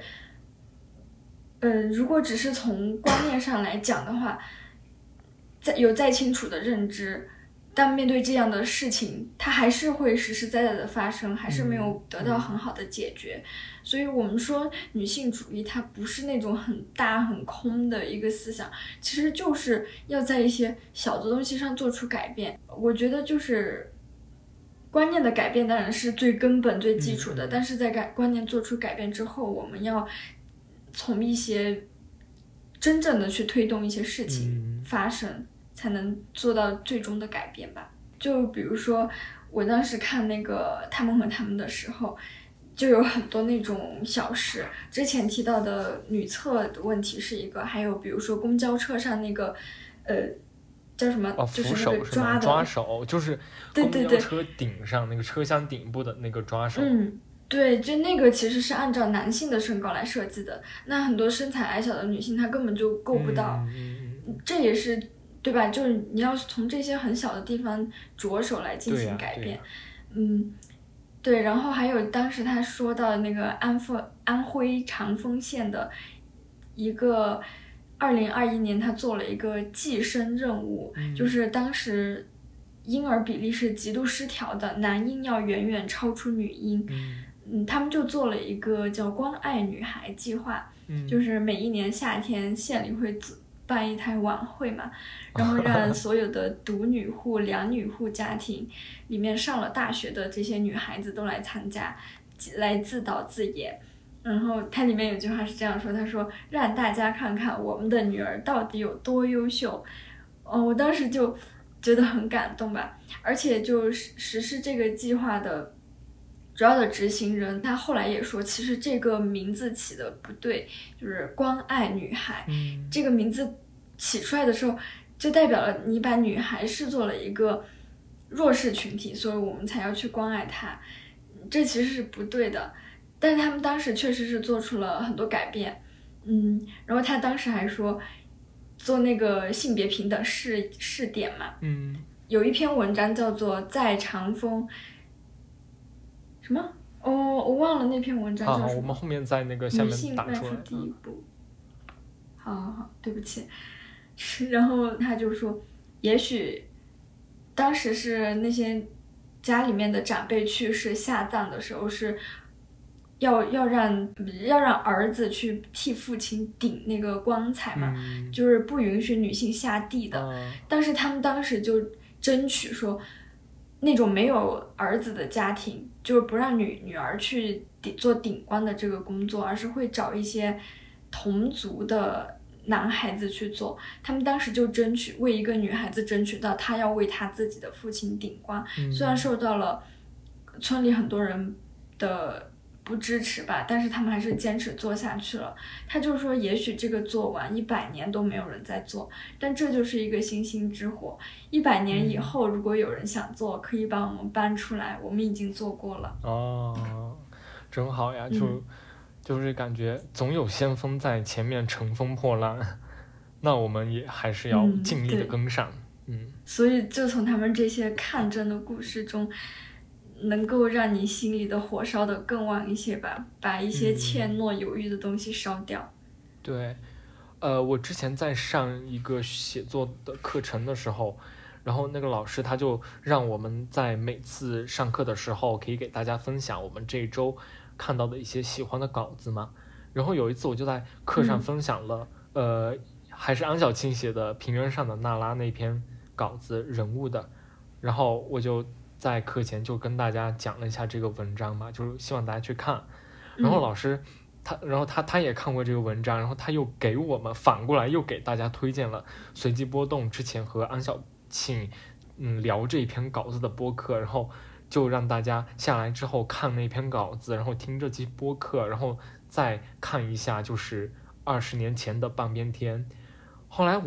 如果只是从观念上来讲的话，再清楚的认知，当面对这样的事情，它还是会实实在在的发生，还是没有得到很好的解决。所以我们说女性主义它不是那种很大很空的一个思想，其实就是要在一些小的东西上做出改变。我觉得就是观念的改变当然是最根本最基础的，但是在观念做出改变之后，我们要从一些真正的去推动一些事情发生，才能做到最终的改变吧。就比如说我当时看那个他们和他们的时候，就有很多那种小事，之前提到的女厕的问题是一个，还有比如说公交车上那个叫什么，就是那个抓手，就是公交车顶上那个车厢顶部的那个抓手。 对，就那个其实是按照男性的身高来设计的，那很多身材矮小的女性她根本就够不到，这也是对吧？就是你要从这些很小的地方着手来进行改变。对，然后还有当时他说到那个安徽长丰县的一个2021年他做了一个计生任务，就是当时婴儿比例是极度失调的，男婴要远远超出女婴。他们就做了一个叫关爱女孩计划，就是每一年夏天县里会办一台晚会嘛，然后让所有的独女户、两女户家庭里面上了大学的这些女孩子都来参加，来自导自演。然后它里面有句话是这样说，他说让大家看看我们的女儿到底有多优秀。我当时就觉得很感动吧，而且就实施这个计划的主要的执行人，他后来也说，其实这个名字起的不对，就是关爱女孩。这个名字起出来的时候，就代表了你把女孩视作了一个弱势群体，所以我们才要去关爱她，这其实是不对的。但是他们当时确实是做出了很多改变，然后他当时还说做那个性别平等试点嘛，有一篇文章叫做在长风。什么？我忘了那篇文章叫什么。 好，我们后面在那个下面打出来。 女性迈出第一步。好，对不起。然后他就说，也许当时是那些家里面的长辈去世下葬的时候是要让儿子去替父亲顶那个棺材嘛，就是不允许女性下地的。但是他们当时就争取说，那种没有儿子的家庭，就是不让女儿去做顶棺的这个工作，而是会找一些同族的男孩子去做。他们当时就争取为一个女孩子争取到她要为她自己的父亲顶棺，虽然受到了村里很多人的不支持吧，但是他们还是坚持做下去了。他就说也许这个做完100年都没有人在做，但这就是一个星星之火。100年以后如果有人想做，可以把我们搬出来，我们已经做过了。 真好呀，就是感觉总有先锋在前面乘风破浪，那我们也还是要尽力的跟上。 所以就从他们这些抗争的故事中，能够让你心里的火烧得更旺一些吧，把一些怯懦犹豫的东西烧掉。 对，我之前在上一个写作的课程的时候，然后那个老师他就让我们在每次上课的时候可以给大家分享我们这一周看到的一些喜欢的稿子嘛。然后有一次我就在课上分享了，还是安小庆写的《平原上的娜拉》那篇稿子人物的，然后我就在课前就跟大家讲了一下这个文章嘛，就是希望大家去看。然后老师他也看过这个文章，然后他又给我们反过来又给大家推荐了随机波动之前和安小庆聊这篇稿子的播客，然后就让大家下来之后看那篇稿子，然后听这期播客，然后再看一下就是20年前的半边天。后来我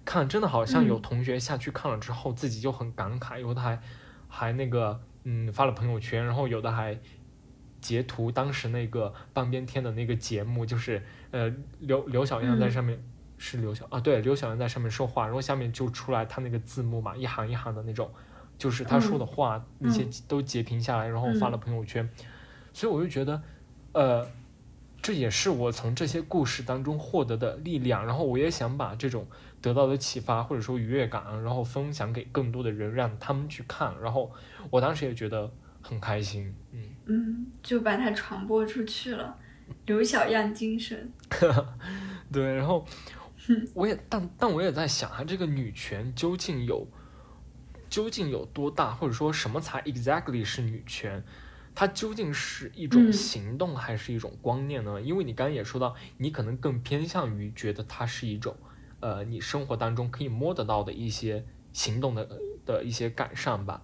看，真的好像有同学下去看了之后，自己就很感慨，有的还那个发了朋友圈，然后有的还截图当时那个半边天的那个节目，就是刘小样在上面。是对，刘小样在上面说话，然后下面就出来他那个字幕嘛，一行一行的那种，就是他说的话，那些都截屏下来，然后发了朋友圈。所以我就觉得，这也是我从这些故事当中获得的力量，然后我也想把这种得到的启发或者说愉悦感，然后分享给更多的人，让他们去看，然后我当时也觉得很开心。 就把它传播出去了，刘小样精神。 对，然后我也但我也在想啊，这个女权究竟有多大，或者说什么才 exactly 是女权？它究竟是一种行动还是一种观念呢？因为你刚刚也说到，你可能更偏向于觉得它是一种你生活当中可以摸得到的一些行动的一些改善吧。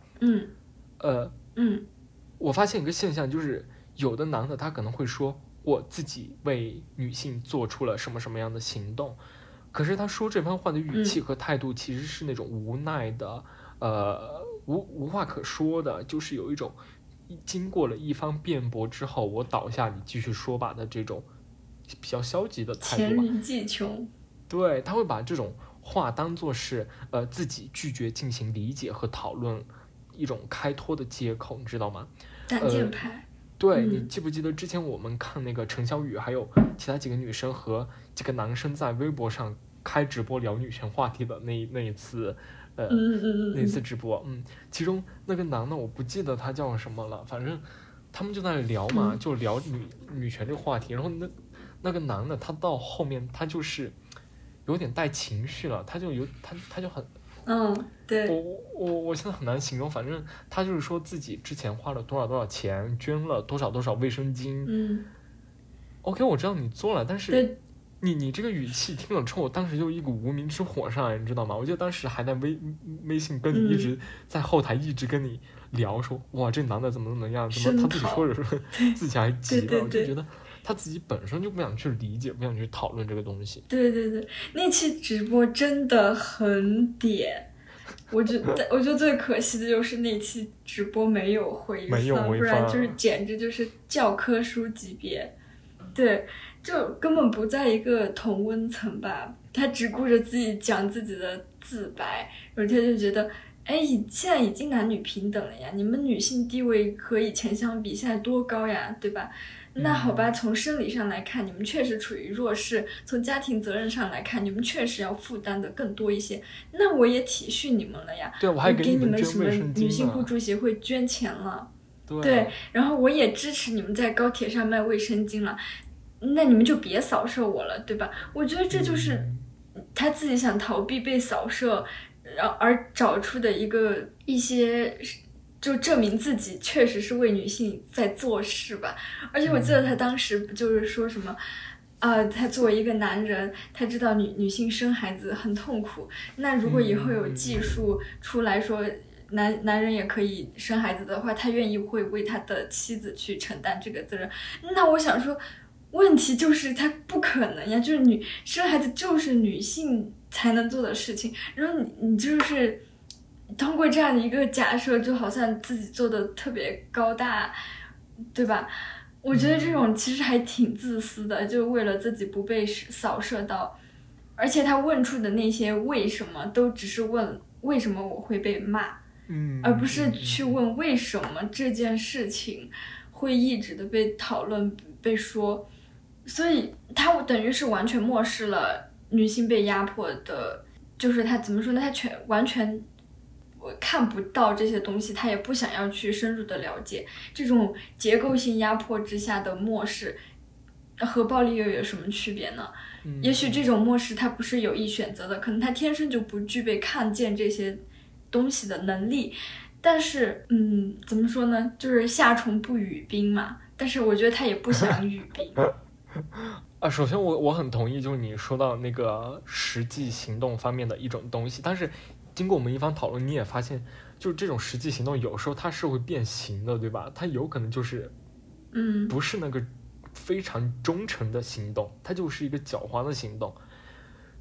我发现一个现象，就是有的男的他可能会说我自己为女性做出了什么什么样的行动，可是他说这番话的语气和态度其实是那种无奈的，无话可说的，就是有一种经过了一番辩驳之后，我倒下你继续说吧的这种比较消极的态度吧。 黔驴技穷。 对，他会把这种话当作是自己拒绝进行理解和讨论一种开脱的借口，你知道吗？ 挡箭牌。 对，你记不记得之前我们看那个陈小雨还有其他几个女生和几个男生在微博上开直播聊女权话题的那一次那一次直播，其中那个男的我不记得他叫什么了，反正他们就在聊嘛，就聊女权这个话题，然后那个男的他到后面他就是有点带情绪了，他就很对， 我现在很难形容，反正他就是说自己之前花了多少钱，捐了多少卫生巾。OK， 我知道你做了，但是你这个语气听了之后，我当时就一股无名之火上来，你知道吗？我记得当时还在微信跟你一直在后台一直跟你聊说，哇，这男的怎么样，怎么他自己说着说自己还急了，我就觉得他自己本身就不想去理解，不想去讨论这个东西。 对，那期直播真的很点。我觉得最可惜的就是那期直播没有回放，不然就是简直就是教科书级别。对，就根本不在一个同温层吧，他只顾着自己讲自己的自白，然后他就觉得现在已经男女平等了呀，你们女性地位和以前相比现在多高呀，对吧？那好吧，从生理上来看，你们确实处于弱势；从家庭责任上来看，你们确实要负担的更多一些。那我也体恤你们了呀， 对，我还给你们什么女性互助协会捐钱了， 对， 然后我也支持你们在高铁上卖卫生巾了，那你们就别扫射我了，对吧？我觉得这就是他自己想逃避被扫射，而找出的一些。就证明自己确实是为女性在做事吧，而且我记得他当时不就是说什么，他作为一个男人，他知道女性生孩子很痛苦，那如果以后有技术出来说男人也可以生孩子的话，他愿意会为他的妻子去承担这个责任。那我想说，问题就是他不可能呀，就是生孩子就是女性才能做的事情，然后你就是通过这样的一个假设，就好像自己做的特别高大，对吧？我觉得这种其实还挺自私的，就为了自己不被扫射到。而且他问出的那些为什么，都只是问为什么我会被骂，而不是去问为什么这件事情会一直的被讨论被说。所以他等于是完全漠视了女性被压迫的，就是他怎么说呢？他完全看不到这些东西，他也不想要去深入的了解。这种结构性压迫之下的漠视和暴力又有什么区别呢？也许这种漠视他不是有意选择的，可能他天生就不具备看见这些东西的能力。但是怎么说呢，就是夏虫不语冰嘛，但是我觉得他也不想语冰。 首先我很同意，就是你说到那个实际行动方面的一种东西，但是经过我们一番讨论，你也发现，就是这种实际行动有时候它是会变形的，对吧？它有可能就是不是那个非常忠诚的行动，它就是一个狡猾的行动。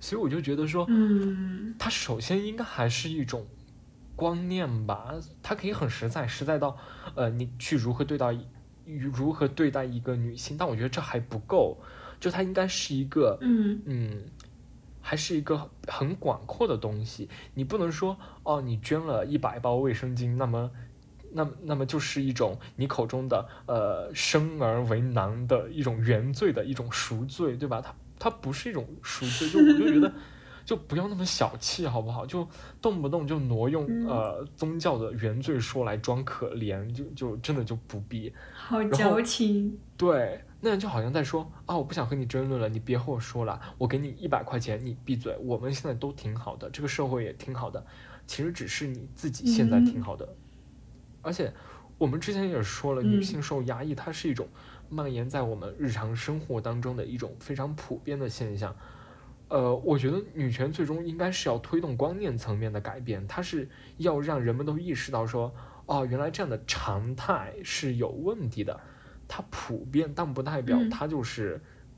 所以我就觉得说，它首先应该还是一种观念吧，它可以很实在到，你去如何对待一个女性，但我觉得这还不够，就它应该是一个，还是一个很广阔的东西。你不能说，哦，你捐了100包卫生巾，那么就是一种你口中的生而为男的一种原罪的一种赎罪，对吧？它不是一种赎罪，我就觉得。就不要那么小气，好不好？就动不动就挪用宗教的原罪说来装可怜，就真的就不必。 好矫情。 对，那样就好像在说啊，我不想和你争论了，你别和我说了，我给你100块钱，你闭嘴。我们现在都挺好的，这个社会也挺好的，其实只是你自己现在挺好的。而且我们之前也说了，女性受压抑，它是一种蔓延在我们日常生活当中的一种非常普遍的现象。我觉得女权最终应该是要推动观念层面的改变，它是要让人们都意识到说，哦，原来这样的常态是有问题的。它普遍，但不代表它就是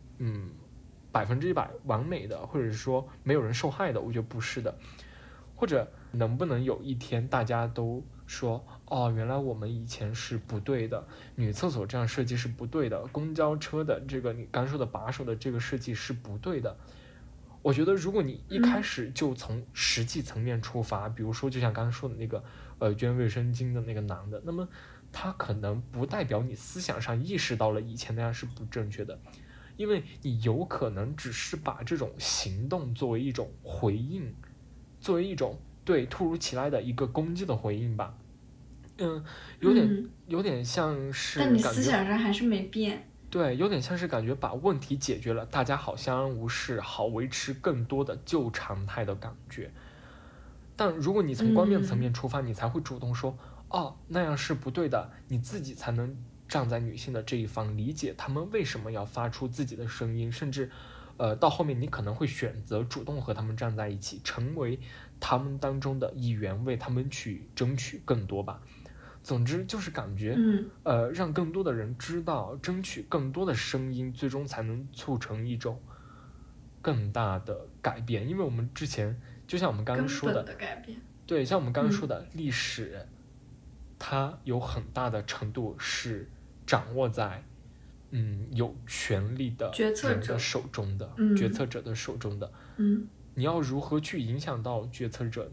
100%完美的，或者是说没有人受害的。我觉得不是的。或者能不能有一天大家都说，哦，原来我们以前是不对的，女厕所这样设计是不对的，公交车的这个你刚说的把手的这个设计是不对的。我觉得如果你一开始就从实际层面出发，比如说就像刚刚说的那个捐卫生巾的那个男的，那么他可能不代表你思想上意识到了以前那样是不正确的，因为你有可能只是把这种行动作为一种回应，作为一种对突如其来的一个攻击的回应吧。有点像是， 但你思想上还是没变。 对，有点像是感觉把问题解决了，大家好相安无事，好维持更多的旧常态的感觉。但如果你从观念层面出发，你才会主动说，哦，那样是不对的，你自己才能站在女性的这一方，理解她们为什么要发出自己的声音，甚至，到后面你可能会选择主动和她们站在一起，成为她们当中的一员，为她们去争取更多吧。总之就是感觉，让更多的人知道，争取更多的声音，最终才能促成一种更大的改变。因为我们之前，就像我们刚刚说的， 根本的改变， 对，像我们刚刚说的，历史，它有很大的程度是掌握在，有权力的人的手中的，决策者的手中的。你要如何去影响到决策者？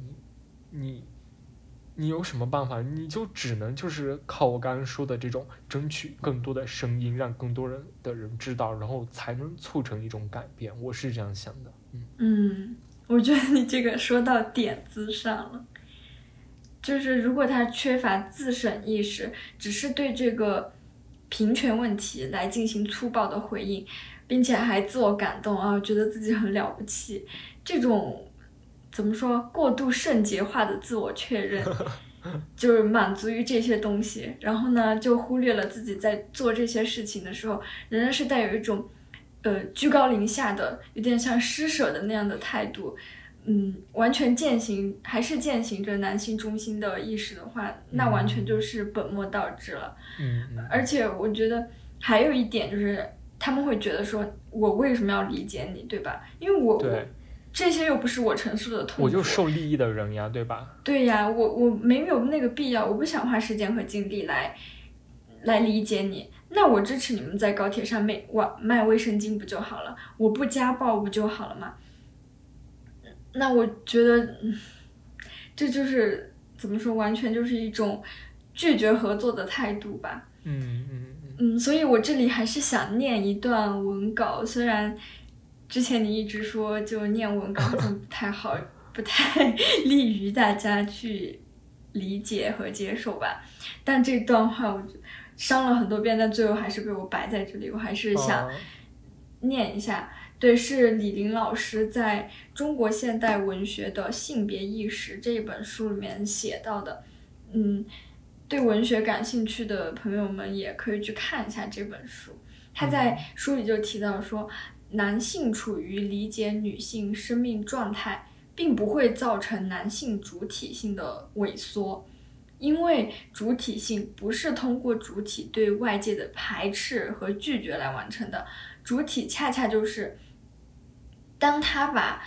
你有什么办法？你就只能就是靠我刚刚说的这种争取更多的声音，让更多的人知道，然后才能促成一种改变。我是这样想的。 我觉得你这个说到点子上了。就是如果他缺乏自省意识，只是对这个平权问题来进行粗暴的回应，并且还自我感动啊，觉得自己很了不起，这种怎么说过度圣洁化的自我确认，就是满足于这些东西，然后呢就忽略了自己在做这些事情的时候，仍然是带有一种居高临下的，有点像施舍的那样的态度。完全还是践行着男性中心的意识的话，那完全就是本末倒置了。而且我觉得还有一点就是，他们会觉得说，我为什么要理解你，对吧？因为我这些又不是我承受的痛苦， 我就受利益的人呀，对吧？ 对呀，我没有那个必要，我不想花时间和精力来理解你。那我支持你们在高铁上卖卫生巾不就好了？我不家暴不就好了吗？那我觉得，这就是怎么说，完全就是一种拒绝合作的态度吧。所以我这里还是想念一段文稿，虽然之前你一直说就念文稿好像不太好，不太利于大家去理解和接受吧，但这段话我伤了很多遍，但最后还是被我摆在这里，我还是想念一下。对，是李林老师在中国现代文学的性别意识这一本书里面写到的。对文学感兴趣的朋友们也可以去看一下这本书。他在书里就提到说，男性处于理解女性生命状态，并不会造成男性主体性的萎缩，因为主体性不是通过主体对外界的排斥和拒绝来完成的，主体恰恰就是当他把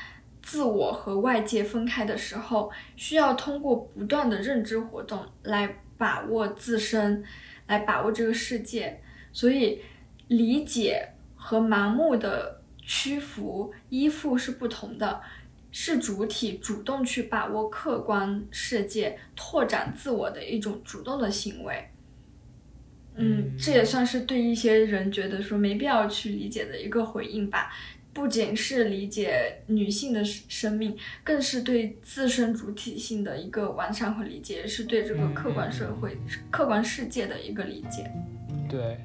自我和外界分开的时候，需要通过不断的认知活动来把握自身，来把握这个世界。所以理解和盲目的屈服依附是不同的，是主体主动去把握客观世界，拓展自我的一种主动的行为。这也算是对一些人觉得说没必要去理解的一个回应吧。不仅是理解女性的生命，更是对自身主体性的一个完善和理解，也是对这个客观社会、客观世界的一个理解。 对。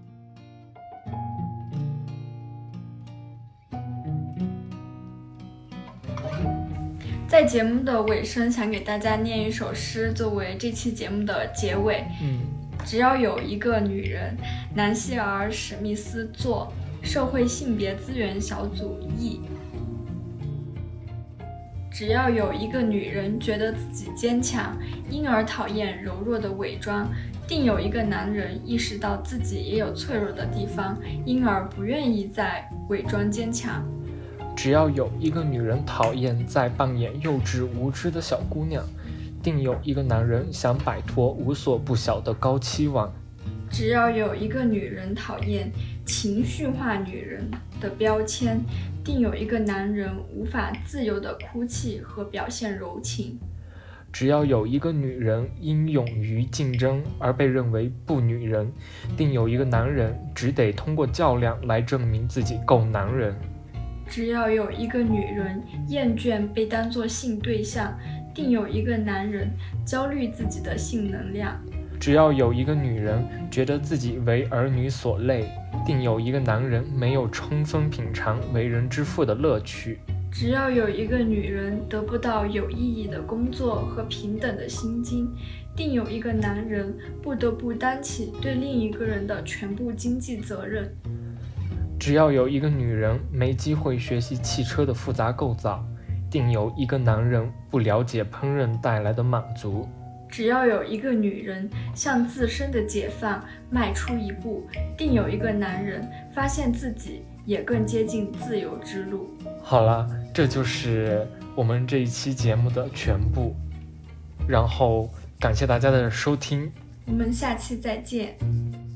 在节目的尾声，想给大家念一首诗作为这期节目的结尾。只要有一个女人，南希尔·史密斯作，社会性别资源小组译。只要有一个女人觉得自己坚强，因而讨厌柔弱的伪装，定有一个男人意识到自己也有脆弱的地方，因而不愿意再伪装坚强。 只要有一个女人讨厌在扮演幼稚无知的小姑娘，定有一个男人想摆脱无所不晓的高期望。 只要有一个女人讨厌情绪化女人的标签，定有一个男人无法自由地哭泣和表现柔情。 只要有一个女人因勇于竞争而被认为不女人，定有一个男人只得通过较量来证明自己够男人。 只要有一个女人厌倦被当作性对象，定有一个男人焦虑自己的性能量。 只要有一个女人觉得自己为儿女所累，定有一个男人没有充分品尝为人之父的乐趣。 只要有一个女人得不到有意义的工作和平等的薪金，定有一个男人不得不担起对另一个人的全部经济责任。 只要有一个女人没机会学习汽车的复杂构造，定有一个男人不了解烹饪带来的满足。 只要有一个女人向自身的解放迈出一步，定有一个男人发现自己也更接近自由之路。 好了，这就是我们这一期节目的全部，然后感谢大家的收听， 我们下期再见。